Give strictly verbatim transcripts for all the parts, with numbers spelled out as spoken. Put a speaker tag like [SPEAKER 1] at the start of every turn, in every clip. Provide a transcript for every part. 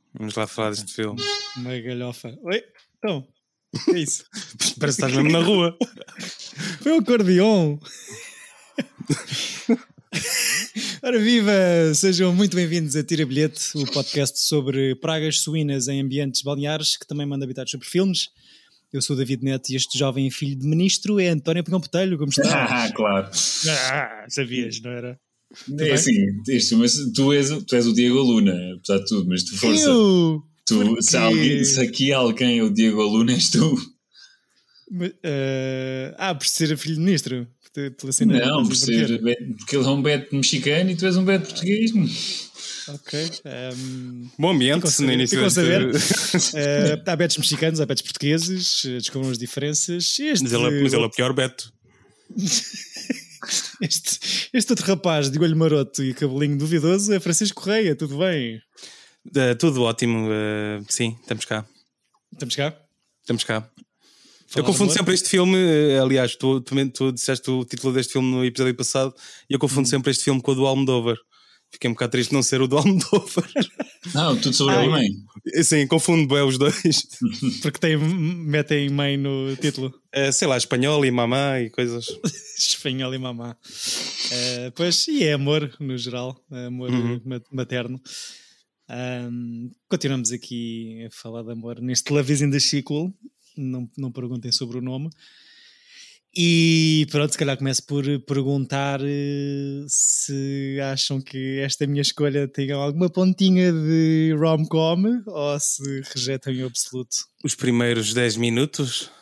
[SPEAKER 1] Vamos lá falar deste filme.
[SPEAKER 2] Uma galhofa. Oi? Então, é isso.
[SPEAKER 1] Parece que estás mesmo na rua.
[SPEAKER 2] Foi um acordeon. Ora viva! Sejam muito bem-vindos a Tira Bilhete, o podcast sobre pragas suínas em ambientes balneares, que também manda habitados sobre filmes. Eu sou o David Neto e este jovem filho de ministro é António Pinhão Botelho. Como está?
[SPEAKER 3] Ah, claro.
[SPEAKER 2] Ah, sabias, não era?
[SPEAKER 3] É assim, isto, mas tu és, tu és o Diego Luna, apesar de tudo, mas tu força.
[SPEAKER 2] Eu?
[SPEAKER 3] Tu, se, alguém, se aqui alguém é o Diego Luna, és tu.
[SPEAKER 2] Mas, uh, ah, por ser filho de ministro? Assim, não,
[SPEAKER 3] não, por ser, porque ele é um beto mexicano e tu és um beto português.
[SPEAKER 2] Ok. Um,
[SPEAKER 1] Bom ambiente no início.
[SPEAKER 2] Ficam a saber. uh, há betos mexicanos, há betos portugueses, descobriram as diferenças. Este,
[SPEAKER 1] mas, ele é, mas ele é o pior beto.
[SPEAKER 2] este, este outro rapaz de olho maroto e cabelinho duvidoso é Francisco Correia, tudo bem?
[SPEAKER 1] Uh, tudo ótimo, uh, sim, estamos cá.
[SPEAKER 2] Estamos cá?
[SPEAKER 1] Estamos cá.
[SPEAKER 2] Falar
[SPEAKER 1] eu confundo
[SPEAKER 2] amor?
[SPEAKER 1] sempre este filme, aliás, tu, tu, tu disseste o título deste filme no episódio passado e eu confundo hum. sempre este filme com o do Almodóvar. Fiquei um bocado triste de não ser o do Almodóvar.
[SPEAKER 3] Não, tudo sobre a mãe.
[SPEAKER 1] Sim, confundo bem os dois.
[SPEAKER 2] Porque tem, metem mãe no título.
[SPEAKER 1] É, sei lá, espanhol e mamá e coisas.
[SPEAKER 2] Espanhol e mamá. É, pois, e é amor no geral, é amor uhum. materno. Um, continuamos aqui a falar de amor neste Love is in the Sequel. Não, não perguntem sobre o nome. E pronto, se calhar começo por perguntar uh, se acham que esta minha escolha tem alguma pontinha de rom-com ou se rejeitam em absoluto.
[SPEAKER 1] Os primeiros dez minutos?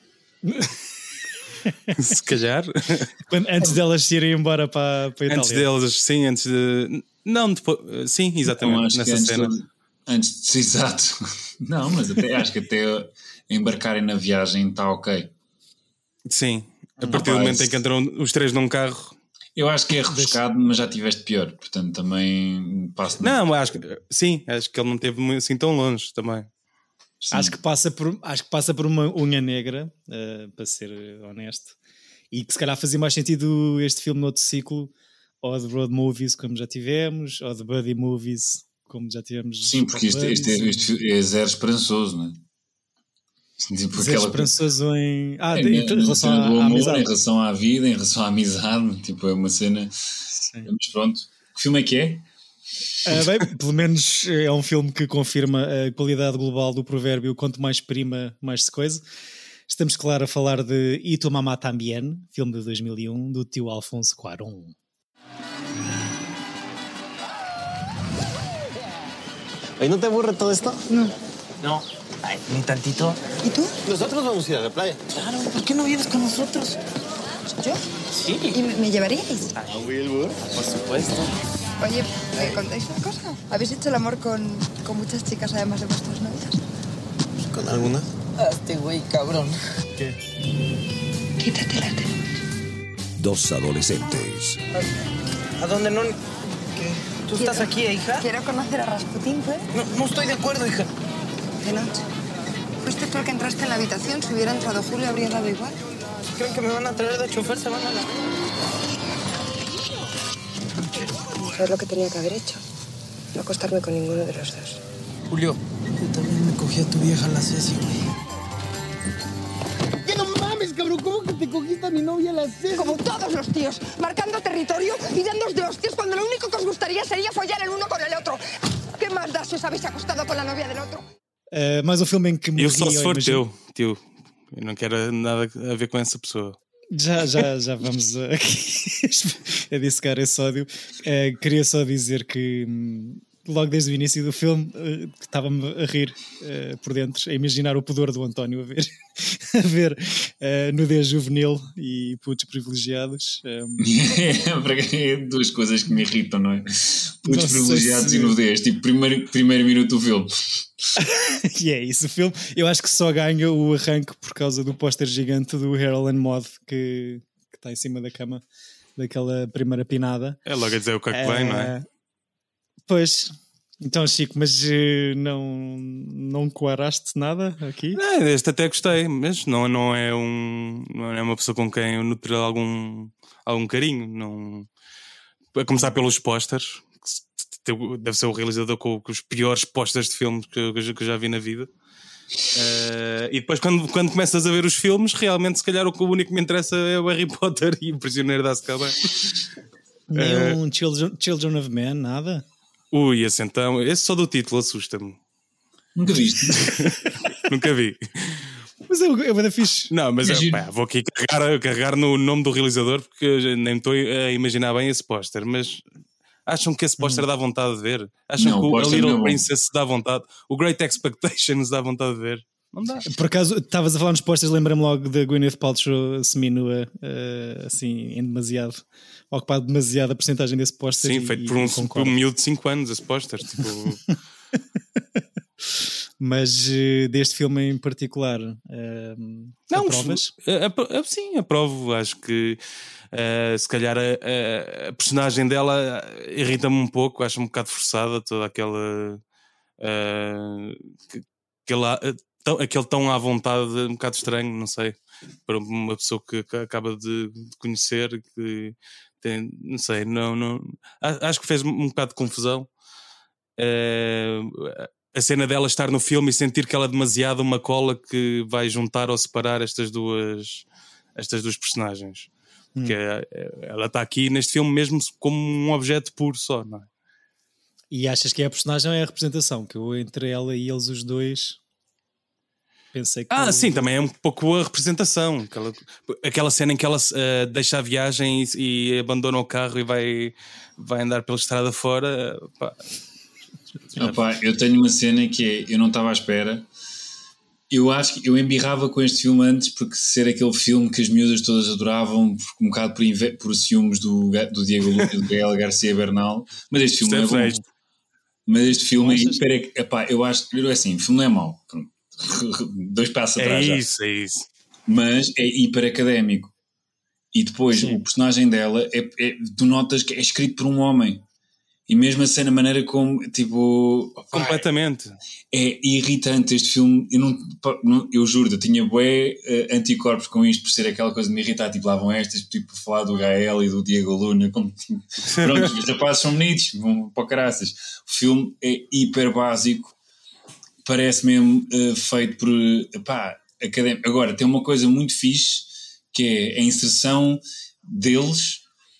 [SPEAKER 1] Se calhar.
[SPEAKER 2] Quando, antes delas irem embora para, para a Itália.
[SPEAKER 1] Antes delas, sim, antes de... Não, depois... Sim, exatamente, nessa cena.
[SPEAKER 3] Antes, de... antes de... Exato. Não, mas até, acho que até embarcarem na viagem está ok.
[SPEAKER 1] Sim, a partir ah, do momento em que entram os três num carro.
[SPEAKER 3] Eu acho que é rebuscado, mas já tiveste pior, portanto também passo.
[SPEAKER 1] Não, mas acho que sim, acho que ele não teve assim tão longe também.
[SPEAKER 2] Sim. Acho que passa por, acho que passa por uma unha negra, uh, para ser honesto, e que se calhar fazia mais sentido este filme no outro ciclo, ou de road movies, como já tivemos, ou de buddy movies, como já tivemos.
[SPEAKER 3] Sim, porque isto, isto, é, isto é zero esperançoso, não é?
[SPEAKER 2] Tipo, zero aquela... esperançoso em... Ah,
[SPEAKER 3] é,
[SPEAKER 2] em, em relação à, amor, à amizade.
[SPEAKER 3] Em relação à vida, em relação à amizade, tipo, é uma cena... Sim. Mas pronto. Que filme é que é?
[SPEAKER 2] Uh, bem, pelo menos é um filme que confirma a qualidade global do provérbio quanto mais prima, mais se coisa. Estamos, claro, a falar de Y tu mamá también, filme de dois mil e um, do tio Alfonso Cuarón.
[SPEAKER 4] ¿Y no te aburre todo esto?
[SPEAKER 5] No.
[SPEAKER 4] No. Ay, ni tantito.
[SPEAKER 5] ¿Y tú?
[SPEAKER 4] Nosotros vamos a ir a la playa. Claro, ¿por qué no vienes con nosotros?
[SPEAKER 5] ¿Yo?
[SPEAKER 4] Sí.
[SPEAKER 5] ¿Y me, me llevaríais?
[SPEAKER 4] Ah, Wilbur, por supuesto.
[SPEAKER 5] Oye, ¿me contáis una cosa? ¿Habéis hecho el amor con, con muchas chicas además de vuestras novias?
[SPEAKER 4] Pues con algunas. Ah, este güey, cabrón.
[SPEAKER 2] ¿Qué?
[SPEAKER 5] Quítate la tele.
[SPEAKER 6] Dos adolescentes.
[SPEAKER 4] ¿A dónde no? ¿Qué? ¿Tú quiero, estás aquí, eh, hija?
[SPEAKER 5] Quiero conocer a Rasputín, ¿pues?
[SPEAKER 4] No, no estoy de acuerdo, hija.
[SPEAKER 5] De noche. ¿Fuiste tú el que entraste en la habitación? Si hubiera entrado Julio, ¿habría dado igual?
[SPEAKER 4] ¿Creen que me van a traer de chofer? Se van a la...
[SPEAKER 5] ¿Sabes lo que tenía que haber hecho? No acostarme con ninguno de los dos.
[SPEAKER 4] Julio, yo también me cogí a tu vieja la Ceci, güey.
[SPEAKER 7] ¿Qué no mames, cabrón? ¿Cómo que te cogiste a mi novia la Ceci?
[SPEAKER 5] Como todos los tíos, marcando territorio y dándos de hostias cuando lo único que os gustaría sería follar el uno con el otro. ¿Qué más da si os habéis acostado con la novia del otro?
[SPEAKER 2] Uh, mais um filme em que me
[SPEAKER 1] eu só se for teu, tio. Eu não quero nada a ver com essa pessoa.
[SPEAKER 2] Já, já, já vamos aqui a dissecar esse ódio. Uh, queria só dizer que hum, logo desde o início do filme uh, estava-me a rir uh, por dentro, a imaginar o pudor do António a ver, a ver uh, nudez juvenil e putos privilegiados.
[SPEAKER 3] Um... Duas coisas que me irritam, não é? Putos privilegiados
[SPEAKER 2] se...
[SPEAKER 3] e nudez, tipo primeiro, primeiro minuto do filme.
[SPEAKER 2] E é isso, o filme. Eu acho que só ganha o arranque por causa do póster gigante do Harold and Maude que está em cima da cama daquela primeira pinada.
[SPEAKER 1] É logo a dizer o que é que vem, não é?
[SPEAKER 2] Pois, então Chico, mas não, não coaraste nada aqui?
[SPEAKER 1] Não, este até gostei, mas não, não, é um, não é uma pessoa com quem eu nutro algum, algum carinho. Não... A começar pelos pósteres, deve ser o realizador com, com os piores posters de filmes que, que, eu, que eu já vi na vida. Uh, e depois quando, quando começas a ver os filmes, realmente se calhar o, o único que me interessa é o Harry Potter e o Prisioneiro de Azkaban.
[SPEAKER 2] Nem um uh, Children, Children of Men, nada?
[SPEAKER 1] Ui, esse então, esse só do título assusta-me.
[SPEAKER 3] Nunca viste?
[SPEAKER 1] Nunca vi.
[SPEAKER 2] Mas eu, eu vou dar fixe.
[SPEAKER 1] Não, mas eu, pá, vou aqui carregar, carregar no nome do realizador porque eu nem estou a imaginar bem esse póster, mas acham que esse póster hum. dá vontade de ver? Acham não, que o A Little Princess dá vontade? O Great Expectations dá vontade de ver? Não dá.
[SPEAKER 2] Por acaso, estavas a falar nos posters, lembra-me logo da Gwyneth Paltrow seminua, uh, assim, em demasiado, ocupado demasiado a porcentagem desse póster.
[SPEAKER 1] Sim, e, feito por um, por um miúdo de cinco anos esse póster, tipo...
[SPEAKER 2] Mas uh, deste filme em particular, uh,
[SPEAKER 1] não,
[SPEAKER 2] aprovas?
[SPEAKER 1] A, a, sim, aprovo. Acho que uh, se calhar a, a, a personagem dela irrita-me um pouco, acho um bocado forçada toda aquela uh, aquela, tão, aquele tão à vontade, um bocado estranho, não sei, para uma pessoa que, que acaba de, de conhecer, que tem, não sei, não, não, acho que fez um bocado de confusão. Uh, a cena dela estar no filme e sentir que ela é demasiado uma cola que vai juntar ou separar estas duas, estas duas personagens. Hum. Porque ela está aqui neste filme mesmo como um objeto puro só, não é?
[SPEAKER 2] E achas que é a personagem ou é a representação? Que eu, entre ela e eles os dois, pensei que...
[SPEAKER 1] Ah,
[SPEAKER 2] eu...
[SPEAKER 1] sim, também é um pouco a representação. Aquela, aquela cena em que ela uh, deixa a viagem e, e abandona o carro e vai, vai andar pela estrada fora, pá...
[SPEAKER 3] Opa, eu tenho uma cena que é, eu não estava à espera. Eu acho que eu embirrava com este filme antes porque ser aquele filme que as miúdas todas adoravam, um bocado por, inve- por ciúmes do, do Diego Luna e do Gael Garcia Bernal. Mas este filme Esteve é bom. Mas este filme é hiper. Epá, eu acho que assim, o filme não é mau. Dois passos
[SPEAKER 1] é
[SPEAKER 3] atrás.
[SPEAKER 1] É isso, já. é isso.
[SPEAKER 3] Mas é hiper académico. E depois Sim. o personagem dela é, é, tu notas que é escrito por um homem. E mesmo a cena, a maneira como, tipo...
[SPEAKER 1] Completamente.
[SPEAKER 3] Pá, é irritante este filme. Eu, não, não, eu juro, eu tinha bué uh, anticorpos com isto por ser aquela coisa de me irritar. Tipo, lá vão estas, tipo, por falar do Gael e do Diego Luna. Como, tipo, pronto, os rapazes são bonitos, vão para o caraças. O filme é hiper básico. Parece mesmo uh, feito por... Uh, pá, académico. Agora, tem uma coisa muito fixe, que é a inserção deles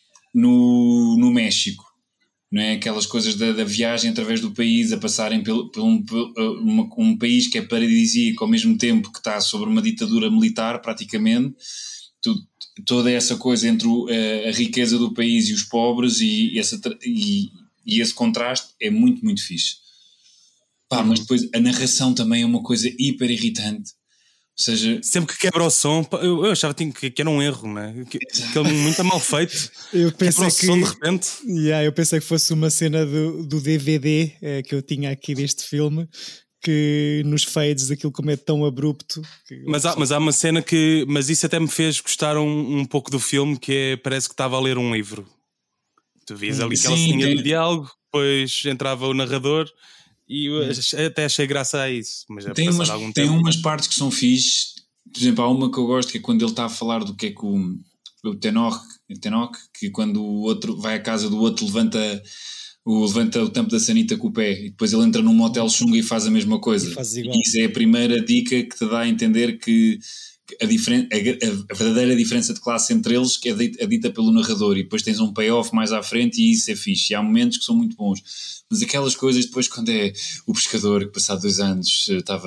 [SPEAKER 3] no, no México. Não é? Aquelas coisas da, da viagem através do país, a passarem por, por, um, por uma, um país que é paradisíaco ao mesmo tempo que está sobre uma ditadura militar praticamente, tudo, toda essa coisa entre o, a, a riqueza do país e os pobres e, essa, e, e esse contraste é muito, muito fixe. Pá, mas depois a narração também é uma coisa hiper irritante. Ou seja,
[SPEAKER 1] sempre que quebra o som, eu, eu achava que, que era um erro, né? que, que é muito mal feito.
[SPEAKER 2] Eu pensei que,
[SPEAKER 1] som de repente.
[SPEAKER 2] Yeah, eu pensei que fosse uma cena do, do D V D eh, que eu tinha aqui deste filme, que nos fades aquilo como é tão abrupto. Que
[SPEAKER 1] mas, há, mas há uma cena que, mas isso até me fez gostar um, um pouco do filme, que é, parece que estava a ler um livro. Tu vias ali aquela ceninha de diálogo, depois entrava o narrador. E eu até achei graça a isso. Mas
[SPEAKER 3] tem umas, algum tem tempo... umas partes que são fixe. Por exemplo, há uma que eu gosto, que é quando ele está a falar do que é que o, o Tenoch, Tenoch, que quando o outro vai à casa do outro, levanta o, levanta o tampo da sanita com o pé e depois ele entra num motel chunga e faz a mesma coisa. E, e isso é a primeira dica que te dá a entender que a, diferen- a, a verdadeira diferença de classe entre eles que é dita, é dita pelo narrador, e depois tens um payoff mais à frente e isso é fixe. E há momentos que são muito bons. Mas aquelas coisas depois, quando é o pescador que passado dois anos estava,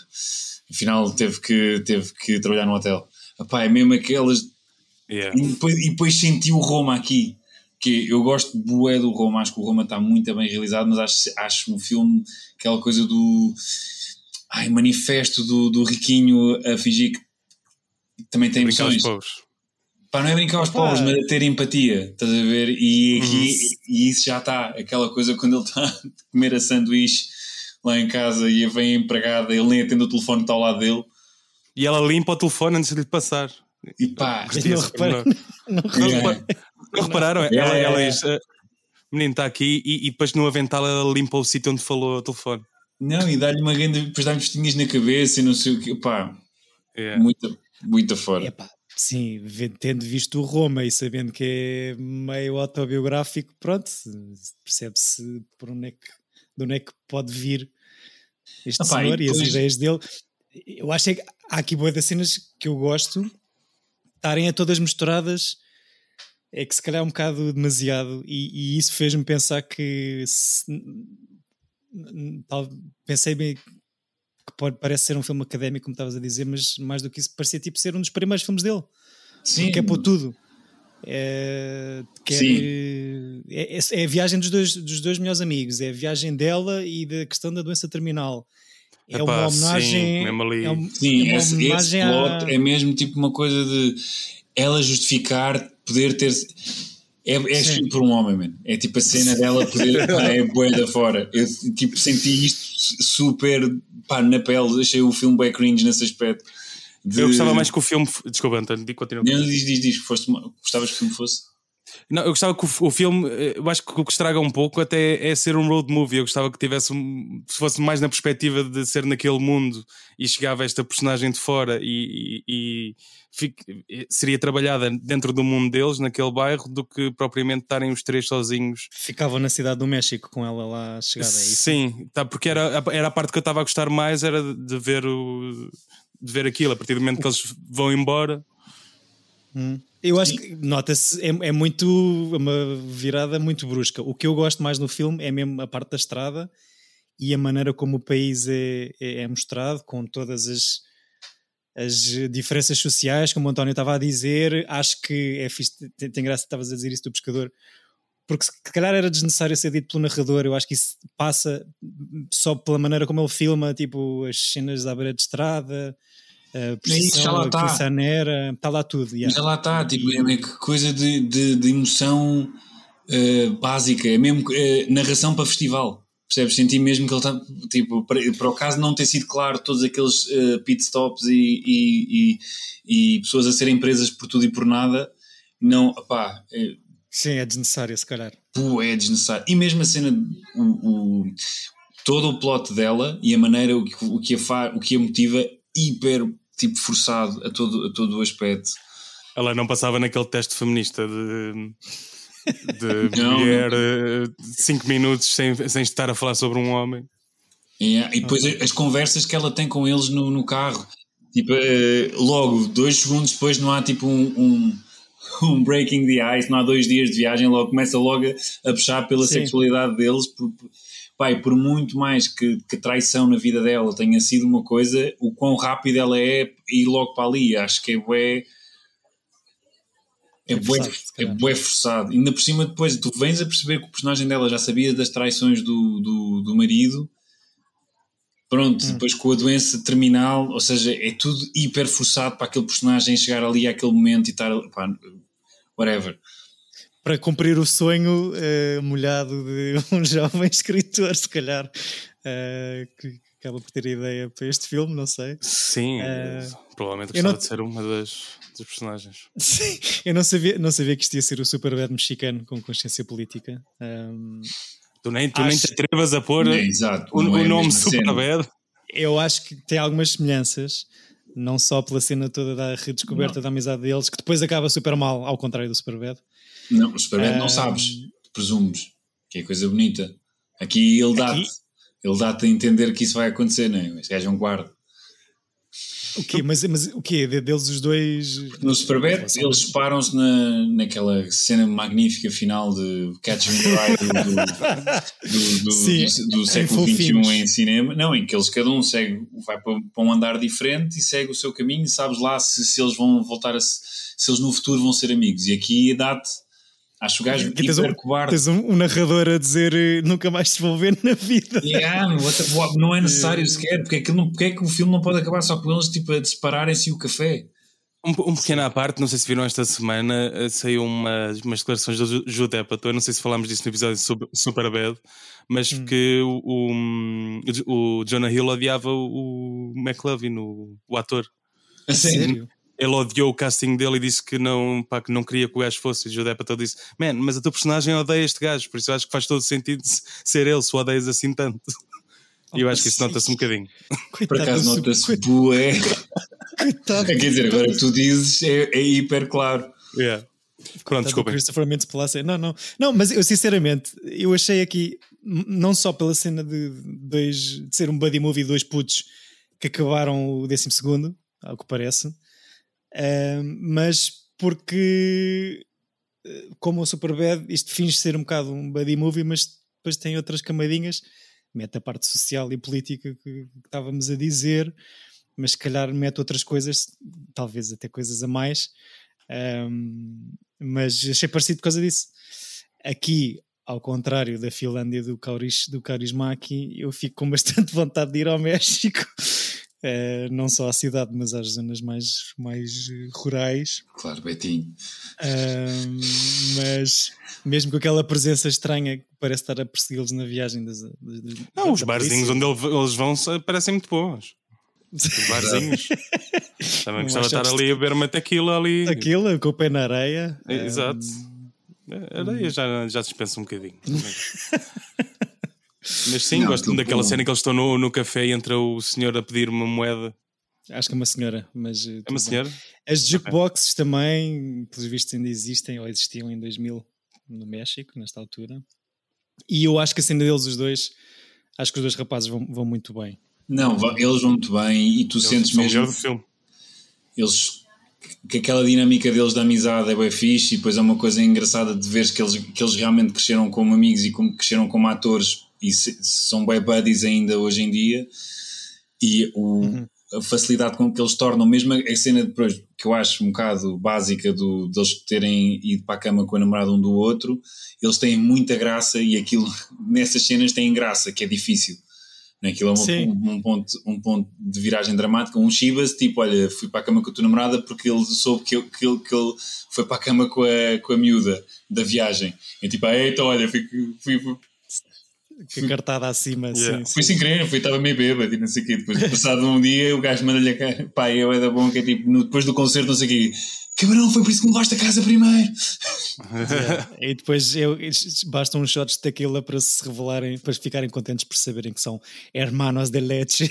[SPEAKER 3] afinal teve que, teve que trabalhar no hotel, epá, é mesmo aquelas yeah. e, depois, e depois senti o Roma aqui, que eu gosto de bué do Roma, acho que o Roma está muito bem realizado, mas acho, acho um filme, aquela coisa do ai, manifesto do, do riquinho a fingir que também tem emoções. Pá, não é brincar aos pobres, mas é ter empatia, estás a ver? E, aqui, uhum. e isso já está, aquela coisa quando ele está a comer a sanduíche lá em casa e vem a empregada, ele nem atende o telefone que está ao lado dele.
[SPEAKER 1] E ela limpa o telefone antes de lhe passar.
[SPEAKER 3] E pá,
[SPEAKER 2] não, repara, não,
[SPEAKER 1] não, repara, não repararam? É, ela, ela diz, o menino está aqui e, e depois no avental ela limpa o sítio onde falou o telefone.
[SPEAKER 3] Não, e dá-lhe uma grande, depois dá-lhe vestinhas na cabeça e não sei o que, pá, yeah. muito, muito fora.
[SPEAKER 2] Epá. sim, tendo visto o Roma e sabendo que é meio autobiográfico, pronto, percebe-se por onde é que, de onde é que pode vir este
[SPEAKER 3] Epá,
[SPEAKER 2] senhor e,
[SPEAKER 3] depois...
[SPEAKER 2] as ideias dele. Eu acho é que há aqui boas das cenas que eu gosto, estarem a todas misturadas, é que se calhar é um bocado demasiado, e, e isso fez-me pensar que se, tal, pensei bem que pode, parece ser um filme académico, como estavas a dizer, mas mais do que isso parecia tipo ser um dos primeiros filmes dele.
[SPEAKER 3] Sim.
[SPEAKER 2] Que é por tudo. É, quer, é, é, é a viagem dos dois, dos dois melhores amigos, é a viagem dela e da questão da doença terminal. É
[SPEAKER 1] Epá,
[SPEAKER 2] uma homenagem.
[SPEAKER 1] Sim, mesmo ali.
[SPEAKER 2] É, um,
[SPEAKER 3] sim,
[SPEAKER 2] é uma
[SPEAKER 3] esse,
[SPEAKER 2] homenagem
[SPEAKER 3] esse plot
[SPEAKER 2] à...
[SPEAKER 3] é mesmo tipo uma coisa de ela justificar poder ter. É, é escrito por um homem, man. É tipo a cena dela poder. Pá, é bué da fora. Eu tipo senti isto super pá, na pele. Achei o filme bem cringe nesse aspecto. De...
[SPEAKER 1] Eu gostava mais que o filme. Desculpa, António, continua.
[SPEAKER 3] Não, diz, diz, diz. Foste... Gostavas que o filme fosse?
[SPEAKER 1] Não, eu gostava que o, o filme, eu acho que o que estraga um pouco até é ser um road movie. Eu gostava que tivesse, um, se fosse mais na perspectiva de ser naquele mundo e chegava esta personagem de fora e, e, e fique, seria trabalhada dentro do mundo deles, naquele bairro, do que propriamente estarem os três sozinhos.
[SPEAKER 2] Ficavam na cidade do México com ela lá chegada, é isso?
[SPEAKER 1] Sim, tá, porque era, era a parte que eu estava a gostar mais, era de ver, o, de ver aquilo. A partir do momento que eles vão embora.
[SPEAKER 2] Hum. Eu acho que, nota-se, é, é muito uma virada muito brusca. O que eu gosto mais no filme é mesmo a parte da estrada e a maneira como o país é, é, é mostrado, com todas as, as diferenças sociais, como o António estava a dizer. Acho que é fixe, tem, tem graça que estavas a dizer isso do pescador, porque se calhar era desnecessário ser dito pelo narrador. Eu acho que isso passa só pela maneira como ele filma, tipo as cenas da beira de estrada, a posição, a quinçanera, está lá tudo. Yeah.
[SPEAKER 3] Já lá está, tipo, é coisa de, de, de emoção uh, básica, é mesmo uh, narração para festival, percebes? Senti mesmo que ele está, tipo, para, para o caso não ter sido claro todos aqueles uh, pit stops e, e, e, e pessoas a serem presas por tudo e por nada, não, opá... É,
[SPEAKER 2] sim, é desnecessário se calhar.
[SPEAKER 3] Pô, é desnecessário. E mesmo a cena, o, o, todo o plot dela e a maneira, o que, o que, a, fa, o que a motiva, hiper... tipo forçado a todo, a todo o aspecto.
[SPEAKER 1] Ela não passava naquele teste feminista de, de
[SPEAKER 3] não,
[SPEAKER 1] mulher
[SPEAKER 3] não.
[SPEAKER 1] cinco minutos sem, sem estar a falar sobre um homem.
[SPEAKER 3] Yeah. E depois okay. as conversas que ela tem com eles no, no carro, tipo, uh, logo dois segundos depois não há tipo um, um, um breaking the ice, não há dois dias de viagem, logo começa logo a, a puxar pela Sim. sexualidade deles. Por, por, pai, por muito mais que, que traição na vida dela tenha sido uma coisa, o quão rápido ela é ir logo para ali, acho que é bué é, é, bué, é bué forçado. Ainda por cima depois tu vens a perceber que o personagem dela já sabia das traições do, do, do marido, pronto, hum. depois com a doença terminal, ou seja, é tudo hiper forçado para aquele personagem chegar ali àquele momento e estar, pá, whatever.
[SPEAKER 2] Para cumprir o sonho uh, molhado de um jovem escritor, se calhar, uh, que acaba por ter ideia para este filme, não sei.
[SPEAKER 1] Sim, uh, provavelmente gostava não... de ser uma das, das personagens.
[SPEAKER 2] Sim, eu não sabia, não sabia que isto ia ser o Superbad mexicano com consciência política. Um,
[SPEAKER 1] tu nem, tu
[SPEAKER 2] acho...
[SPEAKER 1] nem te atrevas a pôr
[SPEAKER 3] é, exato,
[SPEAKER 1] o, o é nome Superbad.
[SPEAKER 2] Eu acho que tem algumas semelhanças, não só pela cena toda da redescoberta não. da amizade deles, que depois acaba super mal, ao contrário do Superbad.
[SPEAKER 3] Não, o Superbad um... não sabes, presumes, que é coisa bonita. Aqui ele dá-te, Aqui... ele dá-te a entender que isso vai acontecer, não é? Este gajo é um guarda.
[SPEAKER 2] O quê? Mas, mas o quê? Deles os dois...
[SPEAKER 3] No Superbad eles separam-se na, naquela cena magnífica final de Catch Me in the Rye do, do, do,
[SPEAKER 2] Sim,
[SPEAKER 3] do, do, do século vinte e um em cinema. Não, em que eles cada um segue, vai para, para um andar diferente e segue o seu caminho e sabes lá se, se eles vão voltar a... se eles no futuro vão ser amigos. E aqui dá-te... Acho o gajo hiper um, cobarde.
[SPEAKER 2] Tens um, um narrador a dizer nunca mais se vão ver na vida.
[SPEAKER 3] Yeah, não é necessário sequer. Porque é, que não, porque é que o filme não pode acabar só com eles tipo, a dispararem-se o café?
[SPEAKER 1] Um, um pequeno à parte, não sei se viram esta semana, saiu umas, umas declarações do Judd Apatow, não sei se falámos disso no episódio de Superbad, mas hum. que o, o, o Jonah Hill odiava o McLovin, o, o ator.
[SPEAKER 3] A sério?
[SPEAKER 1] Ele odiou o casting dele e disse que não, pá, que não queria que o gajo fosse. E o Judd Apatow disse: Man, mas a tua personagem odeia este gajo, por isso eu acho que faz todo sentido ser ele, se o odeias assim tanto. E eu acho que isso nota-se um bocadinho.
[SPEAKER 3] Coitado, por acaso nota-se bué.
[SPEAKER 2] Coitado.
[SPEAKER 3] Quer dizer, agora que tu dizes é, é hiper claro.
[SPEAKER 1] Yeah. Pronto, desculpem.
[SPEAKER 2] Christopher Mintz Palace. Não, não. Não, mas eu sinceramente, eu achei aqui, não só pela cena de, dois, de ser um buddy movie de dois putos que acabaram o décimo segundo, ao que parece, uh, mas porque, como o Superbad, isto finge ser um bocado um buddy movie, mas depois tem outras camadinhas, mete a parte social e política que, que estávamos a dizer, mas se calhar mete outras coisas, talvez até coisas a mais. Um, mas achei parecido por causa disso. Aqui, ao contrário da Finlândia do, Kauris, do Kaurismäki, eu fico com bastante vontade de ir ao México, uh, não só à cidade, mas às zonas mais, mais rurais.
[SPEAKER 3] Claro, Betinho.
[SPEAKER 2] Um, mas mesmo com aquela presença estranha que parece estar a persegui-los na viagem das, das,
[SPEAKER 1] não, os barzinhos onde eles vão parecem muito bons. Os barzinhos. Também
[SPEAKER 2] Não
[SPEAKER 1] gostava de estar
[SPEAKER 2] achaste-
[SPEAKER 1] ali a beber uma tequila ali.
[SPEAKER 2] Aquilo, com o pé na areia.
[SPEAKER 1] É, exato.
[SPEAKER 2] um,
[SPEAKER 1] A areia já, já dispensa um bocadinho. Mas sim,
[SPEAKER 3] Não,
[SPEAKER 1] gosto
[SPEAKER 3] aquilo
[SPEAKER 1] daquela
[SPEAKER 3] bom.
[SPEAKER 1] cena que eles estão no, no café e entra o senhor a pedir uma moeda.
[SPEAKER 2] Acho que é uma senhora, mas
[SPEAKER 1] É uma senhora?
[SPEAKER 2] as jukeboxes também, pelos vistos, ainda existem ou existiam em dois mil no México, nesta altura. E eu acho que a cena deles, os dois, acho que os dois rapazes vão, vão muito bem.
[SPEAKER 3] Não, va- eles vão muito bem e tu
[SPEAKER 1] Eles
[SPEAKER 3] sentes
[SPEAKER 1] são o
[SPEAKER 3] mesmo
[SPEAKER 1] melhor do filme.
[SPEAKER 3] eles, que aquela dinâmica deles da amizade é bem fixe e depois é uma coisa engraçada de ver que eles, que eles realmente cresceram como amigos e como cresceram como atores e se, são bem buddies ainda hoje em dia e o,
[SPEAKER 2] Uhum.
[SPEAKER 3] a facilidade com que eles tornam, mesmo a cena depois que eu acho um bocado básica do, deles terem ido para a cama com a namorada um do outro, eles têm muita graça e aquilo nessas cenas têm graça, que é difícil. Aquilo é uma,
[SPEAKER 2] Sim.
[SPEAKER 3] um, um, ponto, um ponto de viragem dramática. Um Chivas, tipo, olha, fui para a cama com a tua namorada porque ele soube que, eu, que, ele, que ele foi para a cama com a, com a miúda da viagem. E tipo, ah, então, olha, fui, fui, fui,
[SPEAKER 2] Que a cartada acima,
[SPEAKER 1] Yeah.
[SPEAKER 2] sim,
[SPEAKER 3] fui
[SPEAKER 2] sim.
[SPEAKER 3] sem querer, fui, estava meio bêbado e não sei o quê. Depois, passado um dia, o gajo manda-lhe a cara, pá, eu é da bom, que é tipo, no, depois do concerto, não sei o quê, cabrão, foi por isso que me levaste a casa primeiro.
[SPEAKER 2] Yeah. E depois eu, bastam uns shots de tequila para se revelarem, para ficarem contentes por saberem que são hermanos de leche.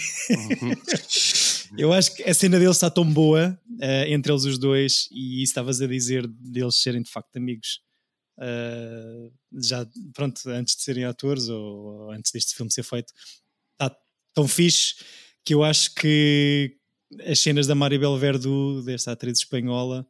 [SPEAKER 2] Eu acho que a cena deles está tão boa, uh, entre eles os dois, e isso estavas a dizer deles serem de facto amigos. Uh, já, pronto, antes de serem atores ou, ou antes deste filme ser feito, está tão fixe que eu acho que as cenas da Maribel Verdú, desta atriz espanhola,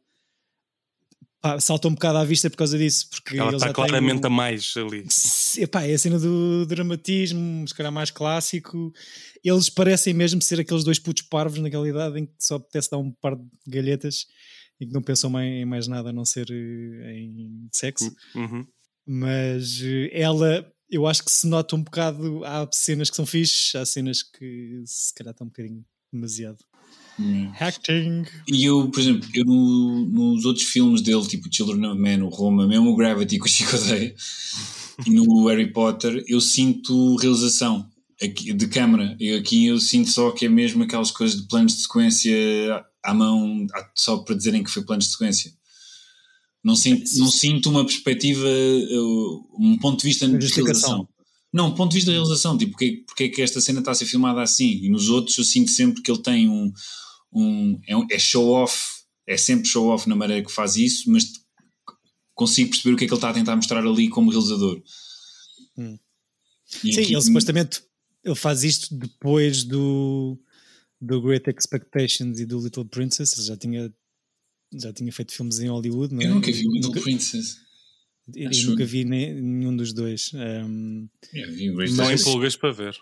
[SPEAKER 2] pá, saltam um bocado à vista por causa disso, porque
[SPEAKER 1] Ela
[SPEAKER 2] eles
[SPEAKER 1] está
[SPEAKER 2] já têm
[SPEAKER 1] claramente
[SPEAKER 2] um-
[SPEAKER 1] a mais ali.
[SPEAKER 2] Se- epá, é a cena do dramatismo, se calhar mais clássico. Eles parecem mesmo ser aqueles dois putos parvos naquela idade em que só apetece dar um par de galhetas e que não pensam mais, em mais nada a não ser eh, em sexo.
[SPEAKER 1] Uhum.
[SPEAKER 2] Mas eh, ela, eu acho que se nota um bocado. Há cenas que são fixes, há cenas que se calhar estão um bocadinho demasiado. Acting.
[SPEAKER 3] E eu, por exemplo, eu no, nos outros filmes dele, tipo Children of Men, o Roma, mesmo o Gravity que o Chico odeia, e no Harry Potter, eu sinto realização aqui, de câmara. Eu, aqui eu sinto só que é mesmo aquelas coisas de planos de sequência à mão, só para dizerem que foi planos de sequência. Não sinto, não sinto uma perspectiva, um ponto de vista de realização. Não, um ponto de vista de realização, tipo, porque, porque é que esta cena está a ser filmada assim? E nos outros eu sinto sempre que ele tem um, um, é, um é show-off, é sempre show-off na maneira que faz isso, mas consigo perceber o que é que ele está a tentar mostrar ali como realizador.
[SPEAKER 2] Hum.
[SPEAKER 3] E
[SPEAKER 2] Sim,
[SPEAKER 3] aqui-
[SPEAKER 2] ele supostamente ele faz isto depois do, do Great Expectations e do Little Princess. Ele já tinha, já tinha feito filmes em Hollywood, não é?
[SPEAKER 3] Eu nunca vi o Little
[SPEAKER 2] Nunca-
[SPEAKER 3] Princess.
[SPEAKER 2] Eu
[SPEAKER 3] Acho-
[SPEAKER 2] nunca vi nem, nenhum dos dois. Um,
[SPEAKER 3] Eu vi o Great,
[SPEAKER 1] Estão em
[SPEAKER 2] Mas-
[SPEAKER 1] pulgas para ver.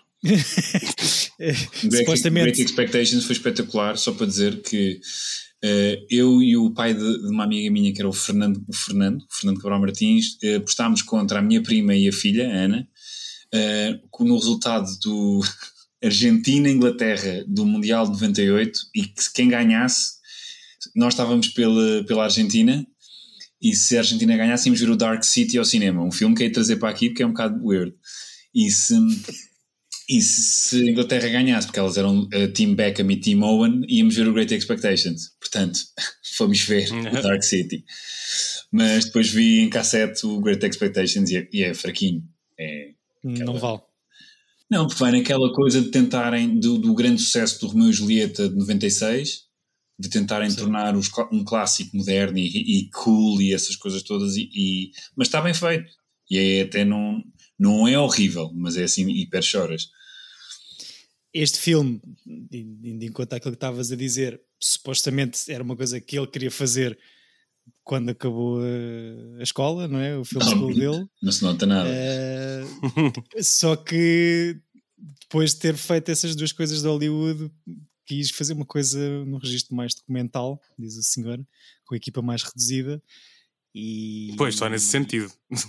[SPEAKER 3] Great,
[SPEAKER 2] supostamente.
[SPEAKER 3] Great Expectations foi espetacular, só para dizer que eh, eu e o pai de, de uma amiga minha, que era o Fernando, o Fernando, o Fernando Cabral Martins, eh, apostámos contra a minha prima e a filha, a Ana, eh, no resultado do Argentina-Inglaterra do Mundial de noventa e oito, e que quem ganhasse, nós estávamos pela, pela Argentina, e se a Argentina ganhasse íamos ver o Dark City ao cinema, um filme que ia trazer para aqui porque é um bocado weird. E se, e se a Inglaterra ganhasse, porque elas eram uh, Team Beckham e Team Owen, íamos ver o Great Expectations. Portanto, fomos ver o Dark City. Mas depois vi em cassete o Great Expectations e é, e é fraquinho. É,
[SPEAKER 2] não vale.
[SPEAKER 3] não, porque vai naquela coisa de tentarem, do, do grande sucesso do Romeu e Julieta de noventa e seis, de tentarem Sim. tornar os, um clássico moderno e, e cool e essas coisas todas, e, e, mas está bem feito, e é, até não, não é horrível, mas é assim hiper choras.
[SPEAKER 2] Este filme, indo em conta aquilo que estavas a dizer, supostamente era uma coisa que ele queria fazer quando acabou a, a escola, não é? O filme
[SPEAKER 3] não,
[SPEAKER 2] school dele.
[SPEAKER 3] Não se nota nada.
[SPEAKER 2] Uh, só que depois de ter feito essas duas coisas de Hollywood, quis fazer uma coisa num registro mais documental, diz o senhor, com a equipa mais reduzida. E...
[SPEAKER 1] Pois, só nesse sentido.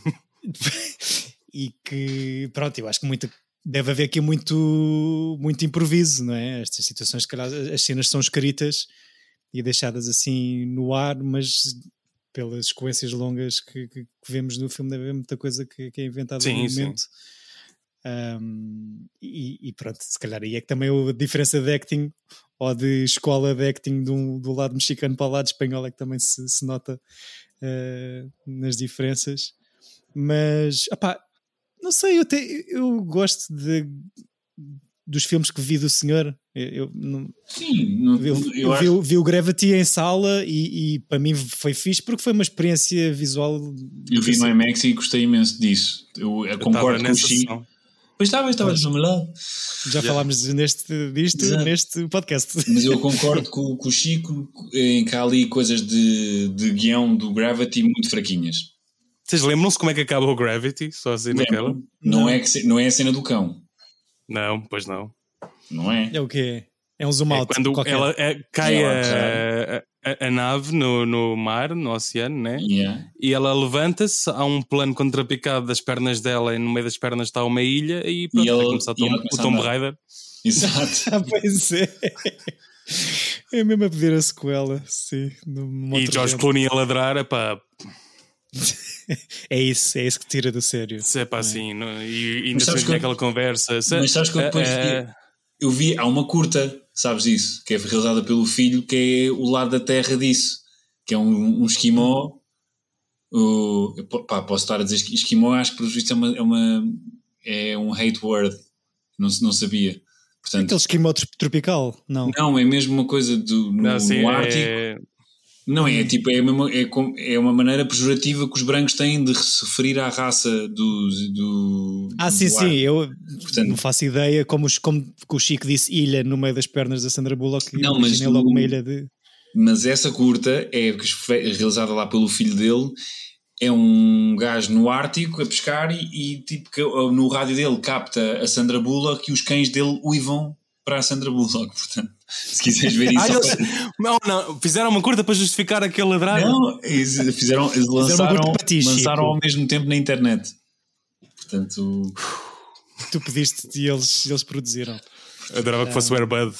[SPEAKER 2] E que, pronto, eu acho que muita, deve haver aqui muito, muito improviso, não é? Estas situações, se calhar, as cenas são escritas e deixadas assim no ar, mas pelas sequências longas que, que, que vemos no filme, deve haver muita coisa que, que é inventada sim, no momento. Sim. Um, e, e pronto, se calhar aí é que também a diferença de acting ou de escola de acting do, do lado mexicano para o lado espanhol é que também se, se nota uh, nas diferenças. Mas, opá, não sei, eu, te, eu gosto de, dos filmes que vi do senhor. Eu, eu, não,
[SPEAKER 3] Sim, não,
[SPEAKER 2] eu,
[SPEAKER 3] eu,
[SPEAKER 2] eu
[SPEAKER 3] acho...
[SPEAKER 2] vi, vi o Gravity em sala e, e para mim foi fixe porque foi uma experiência visual.
[SPEAKER 3] Eu vi no IMAX e gostei imenso disso. Eu, eu concordo com o Chico. Pois estava, estava do meu lado.
[SPEAKER 2] Já yeah. falámos neste, disto Exato. neste podcast.
[SPEAKER 3] Mas eu concordo com, com o Chico em que há ali coisas de, de guião do Gravity muito fraquinhas.
[SPEAKER 1] Vocês lembram-se como é que acaba o Gravity? Só assim naquela?
[SPEAKER 3] Não, não, é que, não é a cena do cão.
[SPEAKER 1] Não, pois não.
[SPEAKER 3] Não é?
[SPEAKER 2] É o quê? É um zoom out.
[SPEAKER 1] É quando
[SPEAKER 2] qualquer.
[SPEAKER 1] ela é, cai a, a, a nave no, no mar, no oceano, né?
[SPEAKER 3] Yeah.
[SPEAKER 1] E ela levanta-se, há um plano contrapicado das pernas dela e no meio das pernas está uma ilha e pronto,
[SPEAKER 3] e ele,
[SPEAKER 1] vai começar Tom, o Tomb Raider.
[SPEAKER 3] Exato.
[SPEAKER 2] Pois é. É mesmo a pedir a sequela, sim.
[SPEAKER 1] E George Clooney a ladrar, é pá...
[SPEAKER 2] É isso, é isso que tira do sério.
[SPEAKER 1] Se é pá, assim, não, e ainda se vê aquela conversa. Se,
[SPEAKER 3] mas sabes que eu depois uh, vi, eu vi, há uma curta, sabes isso, que é realizada pelo filho, que é o lado da terra disso, que é um, um esquimó. Uh, pá, posso estar a dizer esquimó, acho que por visto é uma, é uma é um hate word, não, não sabia. Portanto,
[SPEAKER 2] aquele esquimó tropical, não?
[SPEAKER 3] Não, é mesmo uma coisa do, no, não, assim, no Ártico. É... Não, é tipo, é, mesmo, é, é uma maneira pejorativa que os brancos têm de se referir à raça do... do
[SPEAKER 2] ah,
[SPEAKER 3] do
[SPEAKER 2] sim,
[SPEAKER 3] ar.
[SPEAKER 2] sim, eu
[SPEAKER 3] Portanto,
[SPEAKER 2] não faço ideia, como, os, como o Chico disse ilha no meio das pernas da Sandra Bullock,
[SPEAKER 3] não, mas
[SPEAKER 2] imaginei logo uma ilha de...
[SPEAKER 3] Mas essa curta é realizada lá pelo filho dele, é um gajo no Ártico a pescar e, e tipo, no rádio dele capta a Sandra Bullock e os cães dele uivam para a Sandra Bullock, portanto, se quiseres ver isso...
[SPEAKER 1] ah, eles, não, não, fizeram uma curta para justificar aquele ladrar?
[SPEAKER 3] Não, eles fizeram, eles lançaram, ti, lançaram ao mesmo tempo na internet. Portanto...
[SPEAKER 2] Tu pediste e eles, eles produziram.
[SPEAKER 1] Adorava que fosse o Airbud.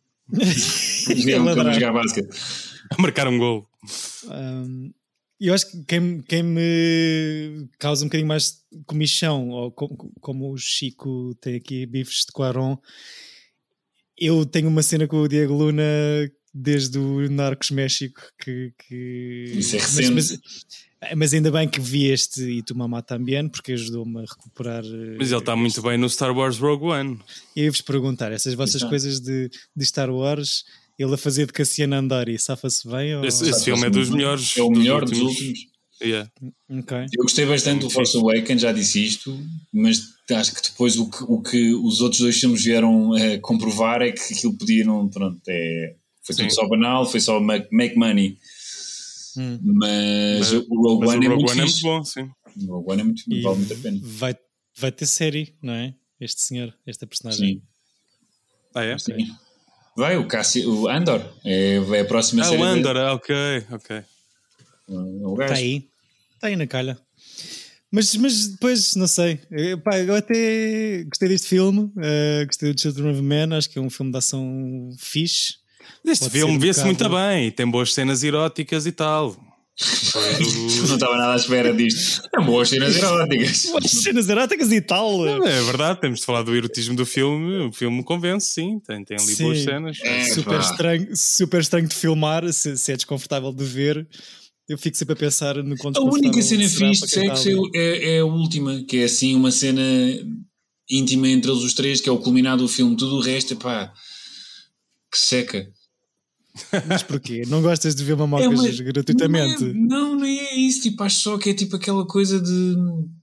[SPEAKER 3] Como jogar basquete.
[SPEAKER 1] A marcar um gol.
[SPEAKER 2] Um, eu acho que quem, quem me causa um bocadinho mais comichão, ou como, como o Chico tem aqui bifes de Quaron, eu tenho uma cena com o Diego Luna desde o Narcos México que, que...
[SPEAKER 3] Isso é recente.
[SPEAKER 2] Mas, mas, mas ainda bem que vi este e tu Mamá também, porque ajudou-me a recuperar.
[SPEAKER 1] Mas ele está este... muito bem no Star Wars Rogue One.
[SPEAKER 2] Eu ia-vos perguntar, essas vossas Exato. coisas de, de Star Wars, ele a fazer de Cassiano Andari, safa-se bem? Ou...
[SPEAKER 1] Esse, esse filme é dos melhores.
[SPEAKER 3] É o
[SPEAKER 1] dos
[SPEAKER 3] melhor
[SPEAKER 1] últimos.
[SPEAKER 3] dos últimos.
[SPEAKER 1] Yeah.
[SPEAKER 2] Okay.
[SPEAKER 3] Eu gostei bastante do Force Awakens, já disse isto, mas acho que depois o que, o que os outros dois filmes vieram a comprovar é que aquilo podia não, pronto, é, foi Sim. tudo só banal, foi só make, make money. Hum. Mas, mas o Rogue One, é,
[SPEAKER 1] Rogue
[SPEAKER 3] muito
[SPEAKER 1] One é muito bom, sim.
[SPEAKER 3] O Rogue One é muito,
[SPEAKER 2] e
[SPEAKER 3] vale muito a pena.
[SPEAKER 2] Vai, vai ter série, não é? Este senhor, esta personagem.
[SPEAKER 3] Sim.
[SPEAKER 1] Ah, é?
[SPEAKER 3] Sim. Vai, o, Cassi, o Andor, é, é a próxima
[SPEAKER 1] ah,
[SPEAKER 3] série.
[SPEAKER 1] Ah, o Andor, dele. ok, ok.
[SPEAKER 2] Está aí, está aí na calha. Mas, mas depois, não sei, eu, pá, eu até gostei deste filme, uh, gostei do Children of Men, acho que é um filme de ação fixe.
[SPEAKER 1] Este
[SPEAKER 2] Pode
[SPEAKER 1] filme
[SPEAKER 2] um
[SPEAKER 1] vê-se
[SPEAKER 2] bocado...
[SPEAKER 1] muito bem, tem boas cenas eróticas e tal.
[SPEAKER 3] Não estava nada à espera disto. É boas cenas eróticas.
[SPEAKER 2] Boas cenas eróticas e tal.
[SPEAKER 1] Não, é verdade, temos de falar do erotismo do filme. O filme convence, sim. Tem, tem ali sim. boas cenas.
[SPEAKER 2] É, super, estranho, super estranho de filmar, se, se é desconfortável de ver. Eu fico sempre a pensar no quanto.
[SPEAKER 3] A única cena fixe é, é, é a última, que é assim uma cena íntima entre eles os três, que é o culminado do filme. Tudo o resto é pá, que seca.
[SPEAKER 2] Mas porquê? Não gostas de ver mamocas
[SPEAKER 3] É uma-
[SPEAKER 2] gratuitamente?
[SPEAKER 3] Não, é, não, nem é isso. Tipo, acho só que é tipo aquela coisa de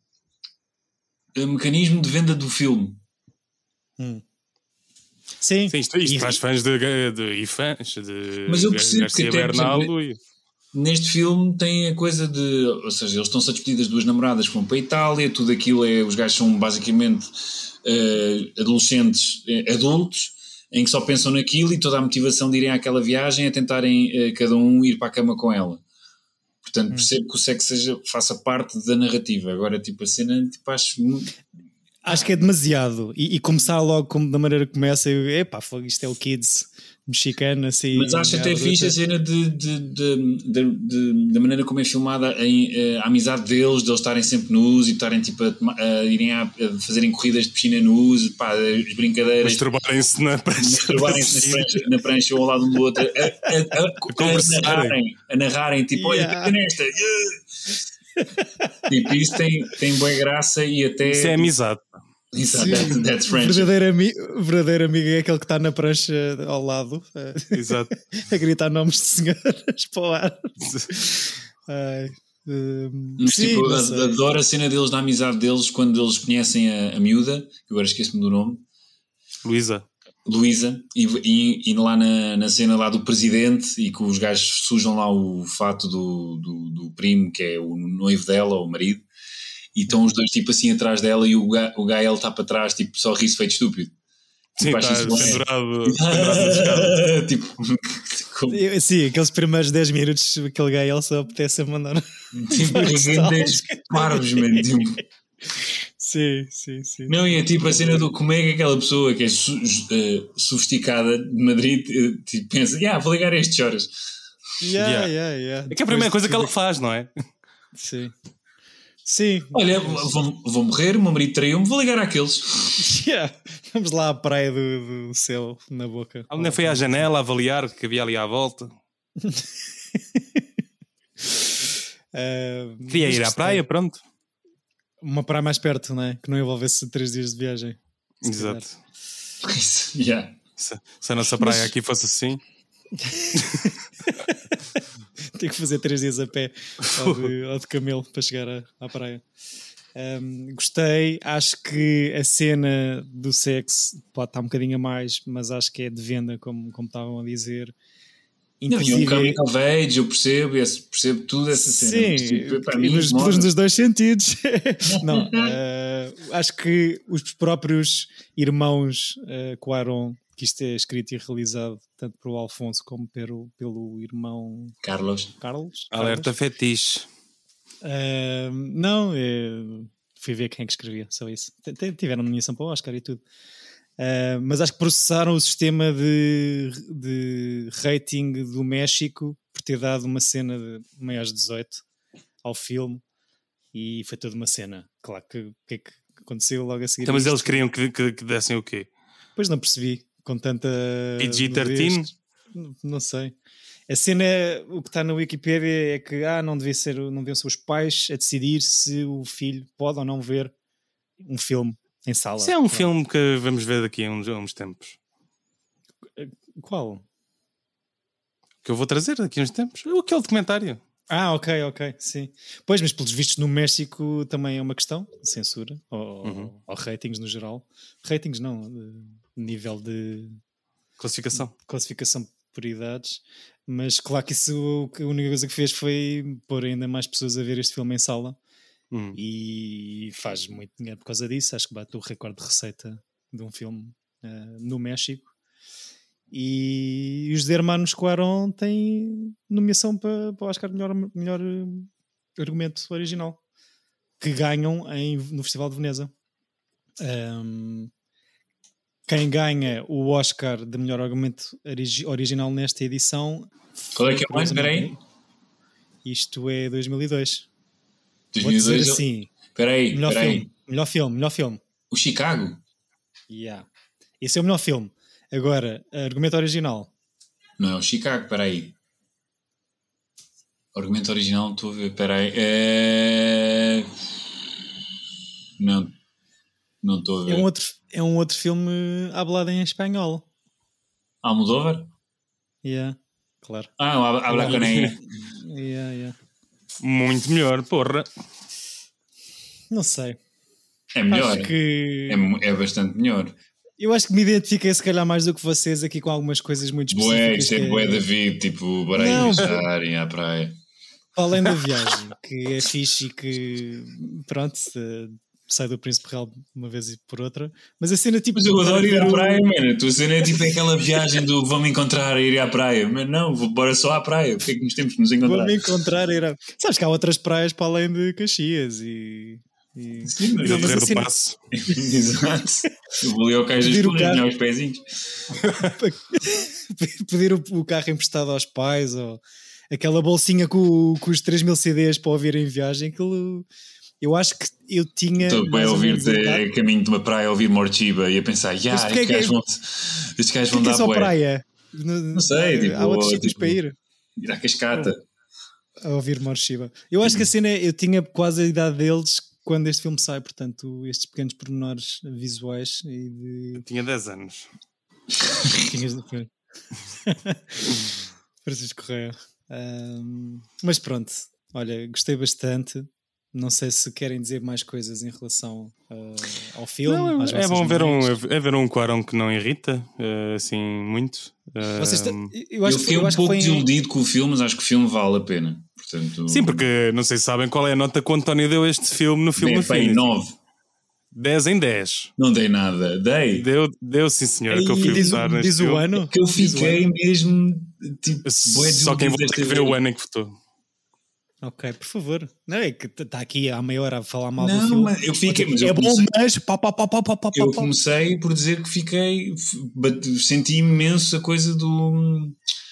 [SPEAKER 3] é mecanismo de venda do filme.
[SPEAKER 2] Hum. Sim,
[SPEAKER 1] Sim, isto, isto
[SPEAKER 2] E-
[SPEAKER 1] faz fãs de, de, e fãs de
[SPEAKER 3] Mas eu percebo
[SPEAKER 1] Garcia
[SPEAKER 3] que até, por exemplo,
[SPEAKER 1] Bernal e...
[SPEAKER 3] Neste filme tem a coisa de, ou seja, eles estão-se a despedir das duas namoradas que vão para a Itália, tudo aquilo é, os gajos são basicamente uh, adolescentes uh, adultos, em que só pensam naquilo e toda a motivação de irem àquela viagem é tentarem uh, cada um ir para a cama com ela. Portanto, percebo que o sexo seja, faça parte da narrativa. Agora, tipo, a cena, tipo, acho muito...
[SPEAKER 2] Acho que é demasiado. E, e começar logo como, da maneira que começa, eu, epá, fogo, isto é o Kids mexicano, assim.
[SPEAKER 3] Mas acho até fixe a cena de, de, de, de, de, da maneira como é filmada a, a amizade deles, de eles estarem sempre nus e estarem tipo a, a irem a, a fazerem corridas de piscina nus, pá, as brincadeiras.
[SPEAKER 1] Masturbarem-se na prancha.
[SPEAKER 3] Masturbarem-se na prancha, na prancha um ao lado um do outro, a, a, a, a, a narrarem, a narrarem, tipo,
[SPEAKER 2] Yeah.
[SPEAKER 3] olha, nesta. Tipo, isso tem, tem boa graça e até.
[SPEAKER 1] Isso é amizade.
[SPEAKER 3] Exato,
[SPEAKER 2] Sim,
[SPEAKER 3] that, that's friendship.
[SPEAKER 2] verdadeiro, ami verdadeiro amigo é aquele que está na prancha ao lado
[SPEAKER 1] Exato.
[SPEAKER 2] a gritar nomes de senhoras para o ar. Ai, hum,
[SPEAKER 3] Mas,
[SPEAKER 2] sim,
[SPEAKER 3] tipo,
[SPEAKER 2] não
[SPEAKER 3] a-
[SPEAKER 2] sei.
[SPEAKER 3] adoro a cena deles, na amizade deles, quando eles conhecem a, a miúda, que agora esqueço-me do nome,
[SPEAKER 1] Luísa.
[SPEAKER 3] Luísa, e, e, e lá na, na cena lá do presidente, e que os gajos sujam lá o fato do, do, do primo, que é o noivo dela, ou o marido, e estão os dois tipo assim atrás dela, e o, Ga, o Gael está para trás, tipo, só ri-se feito estúpido.
[SPEAKER 1] Sim,
[SPEAKER 3] Tipo,
[SPEAKER 1] está
[SPEAKER 3] acho isso bué.
[SPEAKER 1] pendurado, pendurado na escada.
[SPEAKER 3] Tipo, como-
[SPEAKER 2] Eu- Sim, aqueles primeiros dez minutos, aquele gajo ele só apetece a mandar.
[SPEAKER 3] tipo, grandes parvos, mano. Tipo.
[SPEAKER 2] Sim, sim, sim.
[SPEAKER 3] Não, e é tipo a cena do como é que aquela pessoa que é su, uh, sofisticada de Madrid uh, tipo, pensa, yeah, vou ligar a estes horas.
[SPEAKER 2] Yeah,
[SPEAKER 1] Yeah.
[SPEAKER 2] yeah, yeah.
[SPEAKER 1] É que é a primeira
[SPEAKER 2] Depois
[SPEAKER 1] coisa
[SPEAKER 2] de
[SPEAKER 1] que ela
[SPEAKER 2] tudo-
[SPEAKER 1] faz, não é?
[SPEAKER 2] Sim. Sim.
[SPEAKER 3] Olha, vou, vou morrer, o meu marido traiu-me, vou ligar àqueles.
[SPEAKER 2] Yeah. Vamos lá à praia do, do céu na boca.
[SPEAKER 1] Ela ainda foi à janela avaliar o que havia ali à volta.
[SPEAKER 2] Uh,
[SPEAKER 1] Queria
[SPEAKER 2] mas
[SPEAKER 1] ir à
[SPEAKER 2] gostei.
[SPEAKER 1] praia, pronto.
[SPEAKER 2] Uma praia mais perto, não é? Que não envolvesse três dias de viagem. se
[SPEAKER 1] Exato.
[SPEAKER 3] Isso, yeah.
[SPEAKER 1] Se, se a nossa praia aqui fosse assim.
[SPEAKER 2] Tem que fazer três dias a pé ou de, ou de camelo para chegar à, à praia. Um, gostei, acho que a cena do sexo pode estar um bocadinho a mais, mas acho que é de venda, como, como estavam a dizer.
[SPEAKER 3] Não, e um coming of age, eu percebo, eu percebo tudo essa cena.
[SPEAKER 2] Sim,
[SPEAKER 3] Mas, tipo, para
[SPEAKER 2] e
[SPEAKER 3] mim,
[SPEAKER 2] nos,
[SPEAKER 3] demora.
[SPEAKER 2] nos dois sentidos. Não, uh, acho que os próprios irmãos uh, Cuarón, que isto é escrito e realizado tanto pelo Alfonso como pelo, pelo irmão
[SPEAKER 3] Carlos.
[SPEAKER 2] Carlos.
[SPEAKER 1] Alerta
[SPEAKER 2] Carlos.
[SPEAKER 1] fetiche.
[SPEAKER 2] Uh, não, uh, fui ver quem é que escrevia, só isso. T- t- Tiveram nomeação para o Oscar e tudo. Uh, mas acho que processaram o sistema de, de rating do México por ter dado uma cena de maiores de dezoito ao filme e foi toda uma cena. Claro que o que é que aconteceu logo a seguir?
[SPEAKER 1] Então, mas
[SPEAKER 2] isto?
[SPEAKER 1] eles queriam que, que, que dessem o quê?
[SPEAKER 2] Depois não percebi, com tanta
[SPEAKER 1] P G treze?
[SPEAKER 2] nudez. Não, não sei. A cena, o que está na Wikipedia é que ah, não, devia ser, não deviam ser os pais a decidir se o filho pode ou não ver um filme em sala.
[SPEAKER 1] Isso é um
[SPEAKER 2] Claro.
[SPEAKER 1] filme que vamos ver daqui a uns, a uns tempos.
[SPEAKER 2] Qual?
[SPEAKER 1] Que eu vou trazer daqui a uns tempos. Aquele documentário.
[SPEAKER 2] Ah, ok, ok, sim. Pois, mas pelos vistos no México também é uma questão de censura, ou,
[SPEAKER 1] Uhum.
[SPEAKER 2] ou ratings no geral. Ratings não, de nível de
[SPEAKER 1] Classificação.
[SPEAKER 2] classificação por idades. Mas claro que isso a única coisa que fez foi pôr ainda mais pessoas a ver este filme em sala.
[SPEAKER 1] Hum.
[SPEAKER 2] E faz muito dinheiro por causa disso. Acho que bate o recorde de receita de um filme uh, no México. E os Hermanos Cuarón têm nomeação para, para o Oscar de melhor, melhor uh, argumento original, que ganham em, no Festival de Veneza. Um, quem ganha o Oscar de melhor argumento origi- original nesta edição...
[SPEAKER 3] Qual é que é o ano? Espera aí.
[SPEAKER 2] Isto é dois mil e dois.
[SPEAKER 3] dois
[SPEAKER 2] Vou
[SPEAKER 3] mil e
[SPEAKER 2] dizer
[SPEAKER 3] dois,
[SPEAKER 2] assim,
[SPEAKER 3] Espera aí,
[SPEAKER 2] melhor
[SPEAKER 3] espera aí.
[SPEAKER 2] filme, melhor filme, melhor filme.
[SPEAKER 3] O Chicago?
[SPEAKER 2] Yeah. Esse é o melhor filme. Agora, argumento original.
[SPEAKER 3] Não é o Chicago, espera aí. Argumento original, não estou a ver, espera aí. É... Não, não estou a ver.
[SPEAKER 2] É um outro, é um outro filme hablado em espanhol.
[SPEAKER 3] Almodóvar?
[SPEAKER 2] Yeah. claro.
[SPEAKER 3] Ah, habla con ella.
[SPEAKER 2] Yeah, yeah.
[SPEAKER 1] Muito melhor, porra.
[SPEAKER 2] Não sei.
[SPEAKER 3] É melhor.
[SPEAKER 2] Acho que...
[SPEAKER 3] é, é bastante melhor.
[SPEAKER 2] Eu acho que me identifiquei se calhar mais do que vocês aqui com algumas coisas muito específicas.
[SPEAKER 3] Bué, isto é bué
[SPEAKER 2] é...
[SPEAKER 3] David, tipo, bora aí viajar e à praia.
[SPEAKER 2] Além da viagem, que é fixe e que, pronto, sai do Príncipe Real uma vez e por outra. Mas a cena tipo...
[SPEAKER 3] Mas eu adoro ir à
[SPEAKER 2] o...
[SPEAKER 3] praia, mano. A tua cena é tipo aquela viagem do vamos encontrar e ir à praia. Mas não, bora só à praia. O que é que nos temos que nos encontrar?
[SPEAKER 2] Vamos encontrar e ir à... Sabes que há outras praias para além de Caxias e... E...
[SPEAKER 3] Sim, mas
[SPEAKER 1] eu
[SPEAKER 3] mas
[SPEAKER 1] assim,
[SPEAKER 3] do passo. Exato. Eu vou ali ao cais das Flores, carro... aos pezinhos.
[SPEAKER 2] Pedir o, o carro emprestado aos pais, ou aquela bolsinha com, com os três mil C Ds para ouvir em viagem. Aquilo, eu acho que eu tinha.
[SPEAKER 3] Estou bem a ouvir-te a caminho de uma praia a ouvir Morchiba e a pensar, já, yeah, estes gajos vão, estes gajos vão
[SPEAKER 2] que
[SPEAKER 3] dar
[SPEAKER 2] é só
[SPEAKER 3] bué.
[SPEAKER 2] praia?
[SPEAKER 3] Não, não sei, tipo,
[SPEAKER 2] há outros
[SPEAKER 3] tipo,
[SPEAKER 2] para ir.
[SPEAKER 3] Ir à cascata.
[SPEAKER 2] A ouvir Morchiba. Eu acho que a cena, eu tinha quase a idade deles quando este filme sai, portanto, estes pequenos pormenores visuais e de...
[SPEAKER 1] Eu tinha dez anos.
[SPEAKER 2] Tinhas de Francisco Correia. Um, mas pronto, olha, gostei bastante. Não sei se querem dizer mais coisas em relação uh, ao filme.
[SPEAKER 1] Não, é bom ver um, é ver um Cuarón que não irrita, uh, assim, muito. Uh,
[SPEAKER 2] Vocês t- eu,
[SPEAKER 3] eu
[SPEAKER 2] acho
[SPEAKER 3] fiquei
[SPEAKER 2] que, eu
[SPEAKER 3] um
[SPEAKER 2] acho
[SPEAKER 3] pouco
[SPEAKER 2] que
[SPEAKER 3] desiludido com o filme, mas acho que o filme vale a pena. Portanto...
[SPEAKER 1] Sim, porque não sei se sabem qual é a nota que o António deu a este filme no filme
[SPEAKER 3] Bem, nove.
[SPEAKER 1] dez em dez.
[SPEAKER 3] Não dei nada, dei.
[SPEAKER 1] Deu, deu sim, senhor. Ei, que eu fui
[SPEAKER 2] diz,
[SPEAKER 1] votar
[SPEAKER 2] diz o ano?
[SPEAKER 3] Que eu fiquei mesmo tipo,
[SPEAKER 1] só quem vota que vê o ano em que votou.
[SPEAKER 2] Ok, por favor. Não é que está aqui há meia hora a falar mal
[SPEAKER 3] não,
[SPEAKER 2] do filme.
[SPEAKER 3] Mas eu fiquei, mas
[SPEAKER 2] é
[SPEAKER 3] eu
[SPEAKER 2] bom,
[SPEAKER 3] comecei,
[SPEAKER 2] mas pá, pá, pá, pá, pá, pá,
[SPEAKER 3] eu comecei por dizer que fiquei, senti imenso a coisa do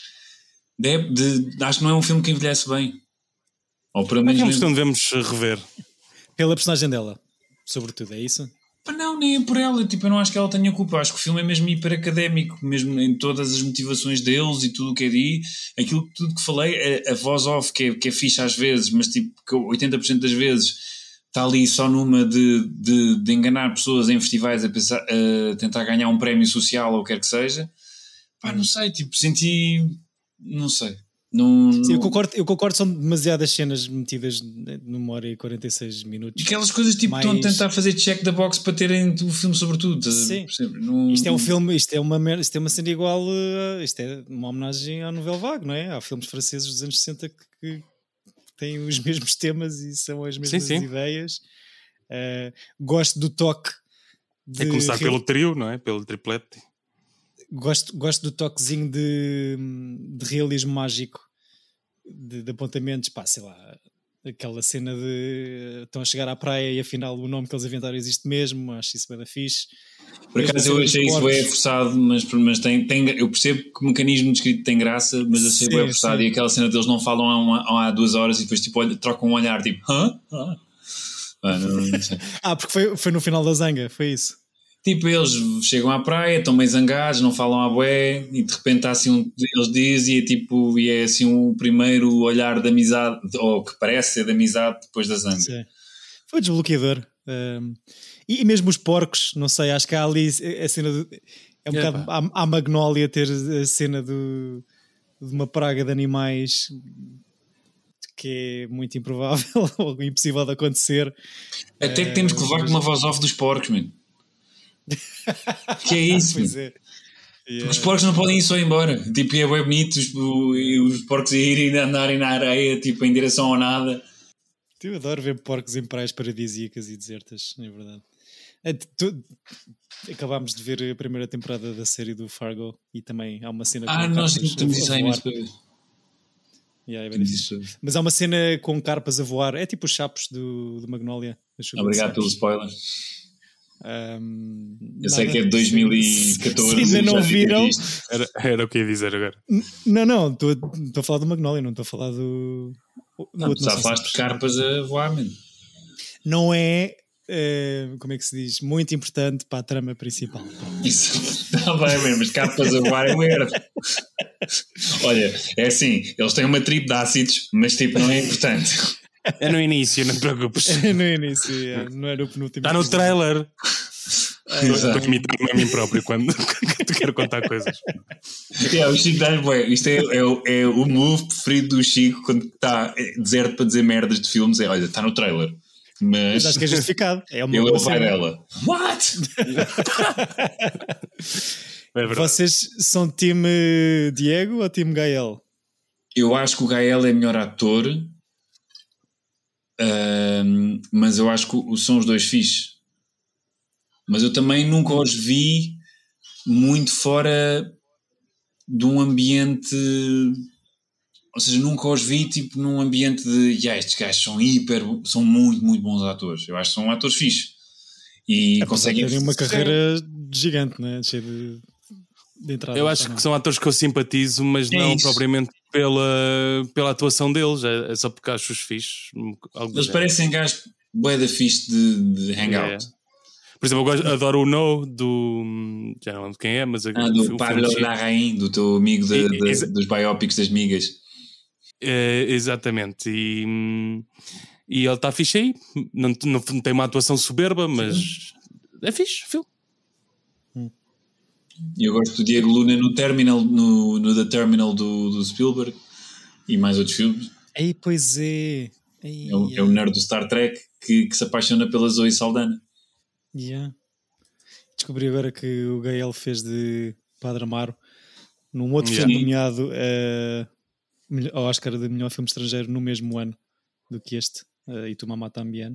[SPEAKER 3] de, de, acho que não é um filme que envelhece bem. Ou pelo menos
[SPEAKER 1] é um filme que devemos rever.
[SPEAKER 2] Pela personagem dela, sobretudo, é isso?
[SPEAKER 3] Não, nem é por ela, tipo, eu não acho que ela tenha culpa, eu acho que o filme é mesmo hiper académico, mesmo em todas as motivações deles e tudo o que é de aquilo tudo que falei, a, a voz off que é, que é fixe às vezes, mas tipo, que oitenta por cento das vezes está ali só numa de, de, de enganar pessoas em festivais a, pensar, a tentar ganhar um prémio social ou o que quer que seja. Pá, não sei, tipo, senti, não sei. Não,
[SPEAKER 2] Sim,
[SPEAKER 3] não...
[SPEAKER 2] Eu, concordo, eu concordo, são demasiadas cenas metidas numa hora e quarenta e seis minutos.
[SPEAKER 3] Aquelas coisas tipo
[SPEAKER 2] mais...
[SPEAKER 3] estão a tentar fazer check da box para terem o filme sobretudo.
[SPEAKER 2] Sim.
[SPEAKER 3] Não...
[SPEAKER 2] Isto é um filme, isto é uma, isto é uma cena igual, uh, isto é uma homenagem à Nouvelle Vague, não é? Há filmes franceses dos anos sessenta que, que têm os mesmos temas e são as mesmas
[SPEAKER 1] sim, sim.
[SPEAKER 2] ideias. Uh, gosto do toque. De
[SPEAKER 1] é começar real... pelo trio, não é? Pelo triplete.
[SPEAKER 2] Gosto, gosto do toquezinho de, de realismo mágico, de, de apontamentos, pá, sei lá, aquela cena de estão a chegar à praia e afinal o nome que eles inventaram existe mesmo, acho isso bem da fixe.
[SPEAKER 3] Por acaso eu achei isso bem forçado, mas, mas tem, tem, eu percebo que o mecanismo de escrito tem graça, mas achei bem forçado, sim. E aquela cena deles não falam há, uma, há duas horas e depois tipo, olha, trocam um olhar tipo, hã? Ah, ah, não, não sei.
[SPEAKER 2] Ah, porque foi, foi no final da zanga, foi isso.
[SPEAKER 3] Tipo, eles chegam à praia, estão meio zangados, não falam à bué, e de repente há assim um deles diz e é tipo, e é assim o um primeiro olhar de amizade, ou que parece ser de amizade depois da zanga. Sim.
[SPEAKER 2] Foi desbloqueador. Um, e, e mesmo os porcos, não sei, acho que há ali a cena do, é um é, bocado à, à Magnólia ter a cena do, de uma praga de animais que é muito improvável ou impossível de acontecer.
[SPEAKER 3] Até que temos que levar com uma voz off dos porcos, mano. Que é isso?
[SPEAKER 2] Pois é.
[SPEAKER 3] Yeah. Os porcos não podem ir só embora. Tipo, é bem bonito os, os porcos irem andarem na areia, tipo, em direção ao nada.
[SPEAKER 2] Eu adoro ver porcos em praias paradisíacas e desertas, é verdade. É, tu, acabámos de ver a primeira temporada da série do Fargo e também há uma cena.
[SPEAKER 3] Ah,
[SPEAKER 2] com
[SPEAKER 3] nós temos isso aí mesmo.
[SPEAKER 2] Yeah, é mas há uma cena com carpas a voar, é tipo os chapos do, do Magnolia.
[SPEAKER 3] Obrigado pelo spoiler.
[SPEAKER 2] Um,
[SPEAKER 3] eu sei que é de dois mil e catorze.
[SPEAKER 2] Se ainda não viram,
[SPEAKER 1] era, era o que ia dizer agora.
[SPEAKER 2] Não, não, estou a falar do Magnolia, não estou a falar do. do
[SPEAKER 3] não, tu já falaste de carpas a voar, mano.
[SPEAKER 2] Não é, uh, como é que se diz, muito importante para a trama principal.
[SPEAKER 3] Isso está bem, mesmo, mas carpas a voar é merda. Olha, é assim, eles têm uma tribo de ácidos, mas tipo, não é importante.
[SPEAKER 1] É no início, não te preocupes.
[SPEAKER 2] É no início, é, não é no penúltimo.
[SPEAKER 1] Está no trailer. Estou a imitar-me a mim próprio quando te quero contar coisas.
[SPEAKER 3] Yeah, o Chico dá, ué, isto é, é, é o move preferido do Chico quando está deserto para dizer merdas de filmes. É, olha, está no trailer. Mas,
[SPEAKER 2] mas acho que é justificado. É uma
[SPEAKER 3] ele é o pai
[SPEAKER 2] cena.
[SPEAKER 3] dela. What?
[SPEAKER 1] É
[SPEAKER 2] Vocês são time Diego ou time Gael?
[SPEAKER 3] Eu acho que o Gael é melhor ator, um, mas eu acho que são os dois fixes. Mas eu também nunca os vi muito fora de um ambiente, ou seja, nunca os vi tipo num ambiente de yeah, estes gajos são hiper, são muito, muito bons atores. Eu acho que são atores fixes e
[SPEAKER 2] é,
[SPEAKER 3] conseguem
[SPEAKER 2] terem uma carreira gigante, né? Cheia de, de entrada.
[SPEAKER 1] Eu acho que são atores que eu simpatizo, mas
[SPEAKER 3] é
[SPEAKER 1] não
[SPEAKER 3] isso.
[SPEAKER 1] propriamente pela, pela atuação deles, é, é só porque acho os fixes.
[SPEAKER 3] Eles parecem gajos bué da fixe de, de hangout.
[SPEAKER 1] É. Por exemplo, eu gosto, adoro o No do. Já não lembro quem é, mas.
[SPEAKER 3] Ah, do Pablo Larraín, do teu amigo de, de,
[SPEAKER 1] Exa-
[SPEAKER 3] dos biópicos das migas.
[SPEAKER 1] É, exatamente. E, e ele está fixe aí. Não, não, não tem uma atuação soberba, mas Sim. é fixe, filme.
[SPEAKER 3] Eu gosto do Diego Luna no Terminal, no, no The Terminal do, do Spielberg e mais outros filmes.
[SPEAKER 2] Aí, pois é. Aí,
[SPEAKER 3] é, o, é o nerd do Star Trek que, que se apaixona pela Zoe Saldana.
[SPEAKER 2] Yeah. Descobri agora que o Gael fez de Padre Amaro num outro
[SPEAKER 3] Yeah.
[SPEAKER 2] filme nomeado uh, ao Oscar de melhor filme estrangeiro no mesmo ano do que este, uh, E Tu Mamá Tambien.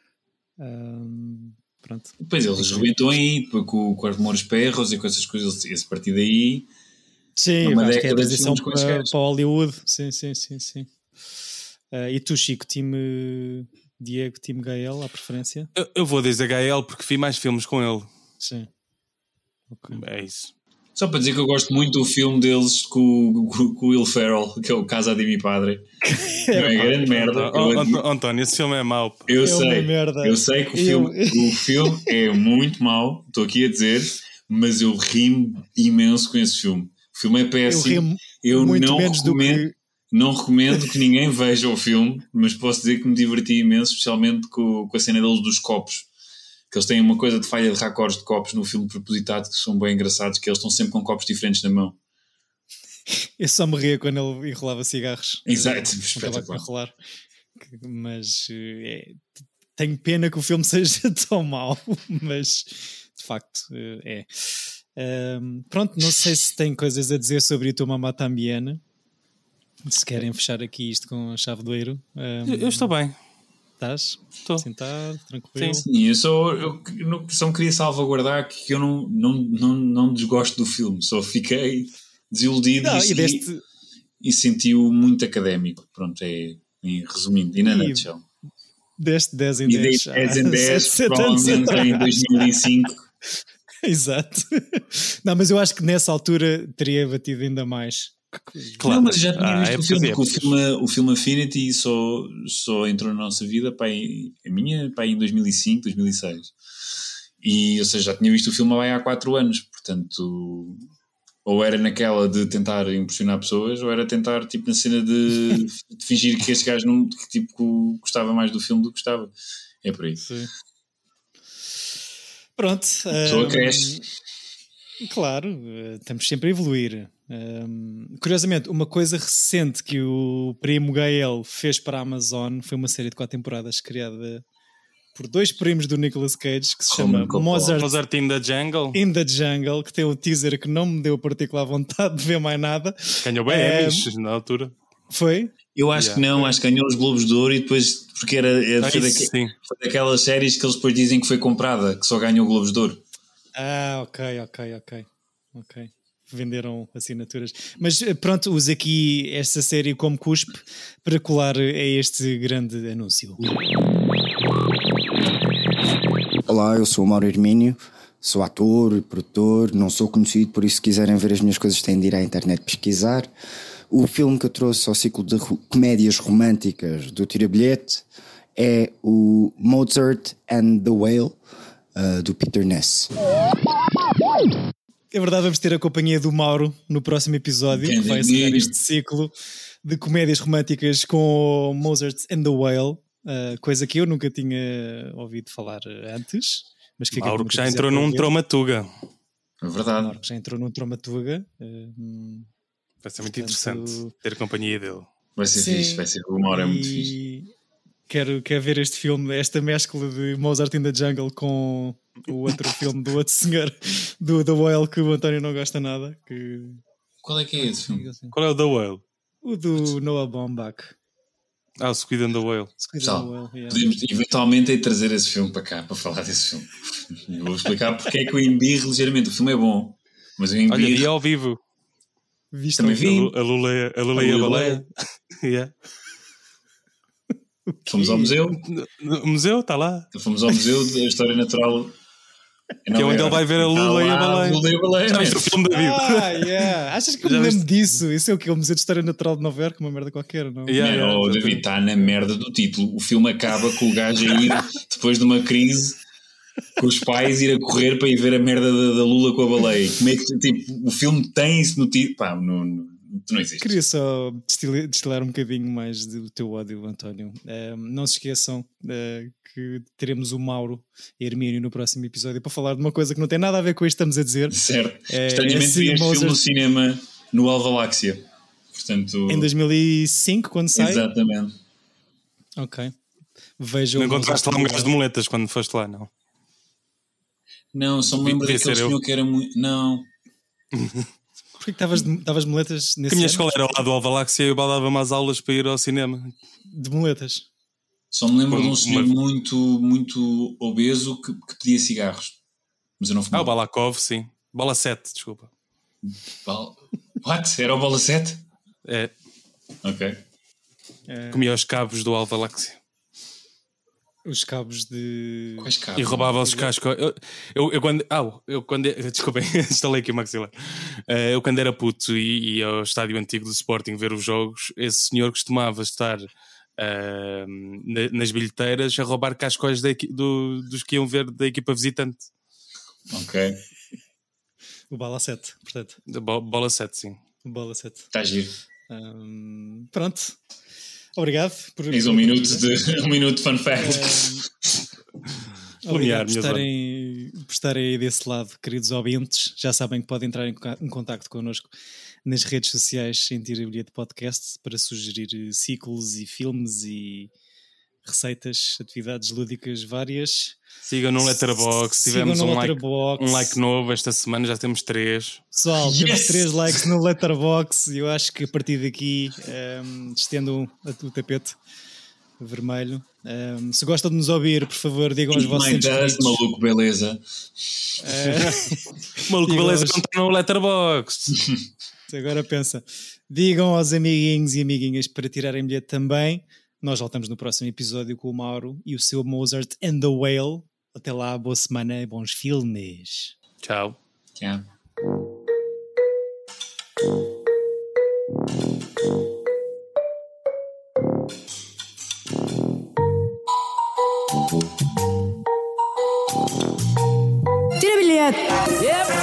[SPEAKER 2] Um, pronto.
[SPEAKER 3] Depois eles rebentam aí com, com os Mouros Perros e com essas coisas, esse partido aí.
[SPEAKER 2] Sim,
[SPEAKER 3] uma
[SPEAKER 2] acho que é a
[SPEAKER 3] década de
[SPEAKER 2] transição
[SPEAKER 3] filmes com esses
[SPEAKER 2] para,
[SPEAKER 3] gajos.
[SPEAKER 2] para Hollywood. Sim, sim, sim, sim. Uh, e tu, Chico, time Diego, time Gael, à preferência?
[SPEAKER 1] Eu, eu vou dizer H L porque vi mais filmes com ele.
[SPEAKER 2] Sim. Okay.
[SPEAKER 1] É isso.
[SPEAKER 3] Só para dizer que eu gosto muito do filme deles com, com, com o Will Ferrell, que é o Casa de Mi Padre. É uma grande merda.
[SPEAKER 1] Oh,
[SPEAKER 3] Eu,
[SPEAKER 1] Ant- António, esse filme é mau. pá.
[SPEAKER 3] eu
[SPEAKER 2] É uma
[SPEAKER 3] sei,
[SPEAKER 2] merda.
[SPEAKER 3] eu sei que o
[SPEAKER 2] Eu-
[SPEAKER 3] filme, o filme é muito mau, estou aqui a dizer, mas eu rimo imenso com esse filme. O filme é
[SPEAKER 2] Eu
[SPEAKER 3] péssimo.
[SPEAKER 2] rimo
[SPEAKER 3] Eu
[SPEAKER 2] muito
[SPEAKER 3] não
[SPEAKER 2] menos do
[SPEAKER 3] recomendo,
[SPEAKER 2] que...
[SPEAKER 3] não recomendo que ninguém veja o filme, mas posso dizer que me diverti imenso, especialmente com, com a cena deles dos copos. Que eles têm uma coisa de falha de raccords de copos no filme propositado que são bem engraçados, que eles estão sempre com copos diferentes na mão.
[SPEAKER 2] Eu só me ria quando ele enrolava cigarros.
[SPEAKER 3] Exato,
[SPEAKER 2] Eh, com
[SPEAKER 3] espetacular.
[SPEAKER 2] tabaco a enrolar. Que- Mas eh, é, tenho pena que o filme seja tão mau, mas de facto eh, é. Ahm, pronto, não sei se tem coisas a dizer sobre Tu Mamá Tambien. Se querem fechar aqui isto com a chave do eiro. Ahm,
[SPEAKER 1] Eu, eu estou bem.
[SPEAKER 2] Estás?
[SPEAKER 1] Estou.
[SPEAKER 2] Sentado, tranquilo?
[SPEAKER 1] Sim.
[SPEAKER 3] Sim, eu só, eu, eu só me queria salvaguardar que eu não, não, não, não desgosto do filme, só fiquei desiludido
[SPEAKER 2] Não,
[SPEAKER 3] e,
[SPEAKER 2] e deste,
[SPEAKER 3] e senti-o muito académico. Pronto, é, em resumindo, e na
[SPEAKER 2] E-
[SPEAKER 3] nutshell.
[SPEAKER 2] deste dez em
[SPEAKER 3] E dei
[SPEAKER 2] dez.
[SPEAKER 3] dez em dez,
[SPEAKER 2] sete anos
[SPEAKER 3] provavelmente em dois mil e cinco.
[SPEAKER 2] Exato. Não, mas eu acho que nessa altura teria batido ainda mais.
[SPEAKER 1] Claro.
[SPEAKER 3] Não, mas já tinha
[SPEAKER 1] Ah,
[SPEAKER 3] visto
[SPEAKER 1] é
[SPEAKER 3] o filme,
[SPEAKER 1] possível.
[SPEAKER 3] porque o filme, o filme Affinity só, só entrou na nossa vida, pá, em- a minha, pá, em dois mil e cinco, dois mil e seis. E, ou seja, já tinha visto o filme há quatro anos, portanto, ou era naquela de tentar impressionar pessoas, ou era tentar, tipo, na cena de, de fingir que este gajo não, que, tipo, gostava mais do filme do que gostava. É por aí.
[SPEAKER 2] Sim. Pronto.
[SPEAKER 3] A pessoa
[SPEAKER 2] hum,
[SPEAKER 3] cresce.
[SPEAKER 2] Claro, eh, estamos sempre a evoluir. Hum, curiosamente, uma coisa recente que o primo Gael fez para a Amazon foi uma série de quatro temporadas criada por dois primos do Nicolas Cage que se
[SPEAKER 3] Roman
[SPEAKER 2] chama
[SPEAKER 3] Coppola.
[SPEAKER 2] Mozart
[SPEAKER 1] Mozart in the Jungle.
[SPEAKER 2] in the Jungle, que tem um teaser que não me deu particular vontade de ver mais nada.
[SPEAKER 1] Ganhou bem
[SPEAKER 2] É,
[SPEAKER 1] Emmys na altura.
[SPEAKER 2] Foi?
[SPEAKER 3] Eu acho
[SPEAKER 1] Yeah.
[SPEAKER 3] que não, acho que ganhou os Globos de Ouro e depois, porque era, era
[SPEAKER 1] Ah,
[SPEAKER 3] foi,
[SPEAKER 1] isso
[SPEAKER 3] daque-
[SPEAKER 1] sim.
[SPEAKER 3] foi daquelas séries que eles depois dizem que foi comprada, que só ganhou Globos de Ouro.
[SPEAKER 2] Ah, ok, ok, ok. Ok. Venderam assinaturas. Mas eh, pronto, uso aqui esta série como cuspe para colar a este grande anúncio.
[SPEAKER 8] Olá, eu sou o Mauro Hermínio, sou ator e produtor, não sou conhecido, por isso se quiserem ver as minhas coisas têm de ir à internet pesquisar. O filme que eu trouxe ao ciclo de ro- comédias românticas do Tira Bilhete é o Mozart and the Whale, uh, do Peter Ness.
[SPEAKER 2] É verdade, vamos ter a companhia do Mauro no próximo episódio, que vai encerrar este ciclo de comédias românticas com Mozart and the Whale, uh, coisa que eu nunca tinha ouvido falar antes, Mas fica
[SPEAKER 1] Mauro que já
[SPEAKER 2] muito
[SPEAKER 1] entrou num
[SPEAKER 2] entusiasmado
[SPEAKER 1] Traumatuga.
[SPEAKER 3] É verdade.
[SPEAKER 2] Mauro que já entrou num Traumatuga. Uh,
[SPEAKER 1] Vai ser muito
[SPEAKER 2] portanto,
[SPEAKER 1] interessante ter a companhia dele.
[SPEAKER 3] Vai ser
[SPEAKER 2] sim,
[SPEAKER 3] fixe, vai ser. O Mauro é muito
[SPEAKER 2] e
[SPEAKER 3] fixe.
[SPEAKER 2] Quero, quero ver este filme, esta mescla de Mozart in the Jungle com o outro filme do outro senhor, do The Whale, que o António não gosta nada. Que...
[SPEAKER 3] Qual é que é esse filme?
[SPEAKER 1] Qual é o The Whale?
[SPEAKER 2] O do Noah Baumbach.
[SPEAKER 1] Ah, o Squid and the Whale.
[SPEAKER 2] Squid
[SPEAKER 3] Pessoal,
[SPEAKER 2] and the Whale, yeah.
[SPEAKER 3] podemos eventualmente aí trazer esse filme para cá, para falar desse filme. Eu vou explicar porque é que eu embirro ligeiramente. O filme é bom, mas eu
[SPEAKER 1] Olha, vi
[SPEAKER 3] embirro...
[SPEAKER 1] ao vivo.
[SPEAKER 2] Viste
[SPEAKER 3] Também
[SPEAKER 2] ao
[SPEAKER 3] vi.
[SPEAKER 1] A,
[SPEAKER 2] vivo?
[SPEAKER 1] Lu- a Lula, a Lula e a Baleia. Yeah.
[SPEAKER 3] Fomos ao museu,
[SPEAKER 1] No- no museu, está lá.
[SPEAKER 3] fomos ao museu da História Natural. em
[SPEAKER 1] Que é
[SPEAKER 3] Nova
[SPEAKER 1] onde ele
[SPEAKER 3] Iorque.
[SPEAKER 1] vai ver a
[SPEAKER 3] Está
[SPEAKER 1] Lula e a
[SPEAKER 3] lá
[SPEAKER 1] Baleia.
[SPEAKER 3] Lula e a Baleia,
[SPEAKER 1] Já viste
[SPEAKER 3] man.
[SPEAKER 1] o filme da vida?
[SPEAKER 2] Ah, yeah. Achas que eu
[SPEAKER 1] Já
[SPEAKER 2] me lembro
[SPEAKER 1] viste?
[SPEAKER 2] disso? Isso é o que? O Museu de História Natural de Nova Iorque, uma merda qualquer, não?
[SPEAKER 1] Yeah,
[SPEAKER 3] Man,
[SPEAKER 1] yeah,
[SPEAKER 3] oh,
[SPEAKER 1] exatamente.
[SPEAKER 3] David, está na merda do título. O filme acaba com o gajo a ir, depois de uma crise, com os pais, ir a correr para ir ver a merda da, da Lula com a baleia. Como é que, tipo, o filme tem isso no título? Pá, no, no, tu não existes.
[SPEAKER 2] Queria só destilar, destilar um bocadinho mais do teu ódio, António. Um, não se esqueçam uh, que teremos o Mauro e Hermínio no próximo episódio para falar de uma coisa que não tem nada a ver com isto que estamos a dizer.
[SPEAKER 3] Certo.
[SPEAKER 2] É,
[SPEAKER 3] Estranhamente
[SPEAKER 2] esse
[SPEAKER 3] vi este
[SPEAKER 2] Mozart-
[SPEAKER 3] filme no cinema no Alvaláxia. Portanto,
[SPEAKER 2] Em dois mil e cinco, quando sai?
[SPEAKER 3] exatamente.
[SPEAKER 2] Ok. Vejam.
[SPEAKER 1] Não encontraste lá um
[SPEAKER 2] Mozart-
[SPEAKER 1] gajo de muletas quando foste lá, não?
[SPEAKER 3] Não, só me
[SPEAKER 1] Devia
[SPEAKER 3] lembro daquele
[SPEAKER 1] ser eu.
[SPEAKER 3] senhor que era muito. Não.
[SPEAKER 2] Porquê que estavas de, estavas de muletas
[SPEAKER 1] Que
[SPEAKER 2] nesse
[SPEAKER 1] a minha
[SPEAKER 2] ano?
[SPEAKER 1] escola era ao lado do Alvaláxia e eu dava-me às aulas para ir ao cinema.
[SPEAKER 2] De muletas.
[SPEAKER 3] Só me lembro de um
[SPEAKER 1] Uma-
[SPEAKER 3] senhor muito, muito obeso que, que pedia cigarros. Mas eu não
[SPEAKER 1] Ah, o
[SPEAKER 3] fumava.
[SPEAKER 1] Balakov, sim. Bola sete, desculpa.
[SPEAKER 3] Bal... What? Era o Bola sete?
[SPEAKER 1] É,
[SPEAKER 3] Ok.
[SPEAKER 1] comia os cabos do Alvaláxia.
[SPEAKER 2] Os cabos de.
[SPEAKER 3] Quais cabos?
[SPEAKER 1] E roubava os cascos. Eu, eu, eu quando. Ah, eu quando. Desculpem, instalei aqui o maxilar. Eh, eu quando era puto e ia ao estádio antigo do Sporting ver os jogos, esse senhor costumava estar ah, na- nas bilheteiras a roubar cascóis da equi- do- dos que iam ver da equipa visitante.
[SPEAKER 3] Ok.
[SPEAKER 2] O Bala sete, portanto.
[SPEAKER 1] Da bo- bola sete, sim.
[SPEAKER 2] O Bala sete.
[SPEAKER 3] Está giro.
[SPEAKER 2] Hum, pronto. Obrigado por.
[SPEAKER 3] Tens um minuto de, um minuto de fun fact.
[SPEAKER 1] Lumiar,
[SPEAKER 2] Obrigado por
[SPEAKER 1] minhas
[SPEAKER 2] estarem, por estarem aí desse lado, queridos ouvintes. Já sabem que podem entrar em, co- em contacto connosco nas redes sociais Sentir a Bilhete Podcast para sugerir eh, ciclos e filmes e receitas, atividades lúdicas várias.
[SPEAKER 1] Sigam no Letterboxd.
[SPEAKER 2] Sigam
[SPEAKER 1] Tivemos
[SPEAKER 2] no
[SPEAKER 1] um like,
[SPEAKER 2] Letterboxd.
[SPEAKER 1] um like novo esta semana, já temos três.
[SPEAKER 2] Pessoal, temos
[SPEAKER 3] Yes!
[SPEAKER 2] três likes no Letterboxd e eu acho que a partir daqui um, estendam o tapete vermelho. Um, se gostam de nos ouvir, por favor, digam aos
[SPEAKER 3] Eat
[SPEAKER 2] vossos
[SPEAKER 3] my
[SPEAKER 2] entes
[SPEAKER 3] dust,
[SPEAKER 2] queridos.
[SPEAKER 3] maluco, beleza.
[SPEAKER 1] Maluco,
[SPEAKER 2] Sigam
[SPEAKER 1] beleza,
[SPEAKER 2] os-
[SPEAKER 1] não está no Letterboxd.
[SPEAKER 2] Agora pensa, digam aos amiguinhos e amiguinhas para tirarem bilhete também. Nós voltamos no próximo episódio com o Mauro e o seu Mozart and the Whale. Até lá, boa semana e bons filmes.
[SPEAKER 1] Tchau.
[SPEAKER 3] Yeah.
[SPEAKER 9] Tira bilhete!
[SPEAKER 4] Yep.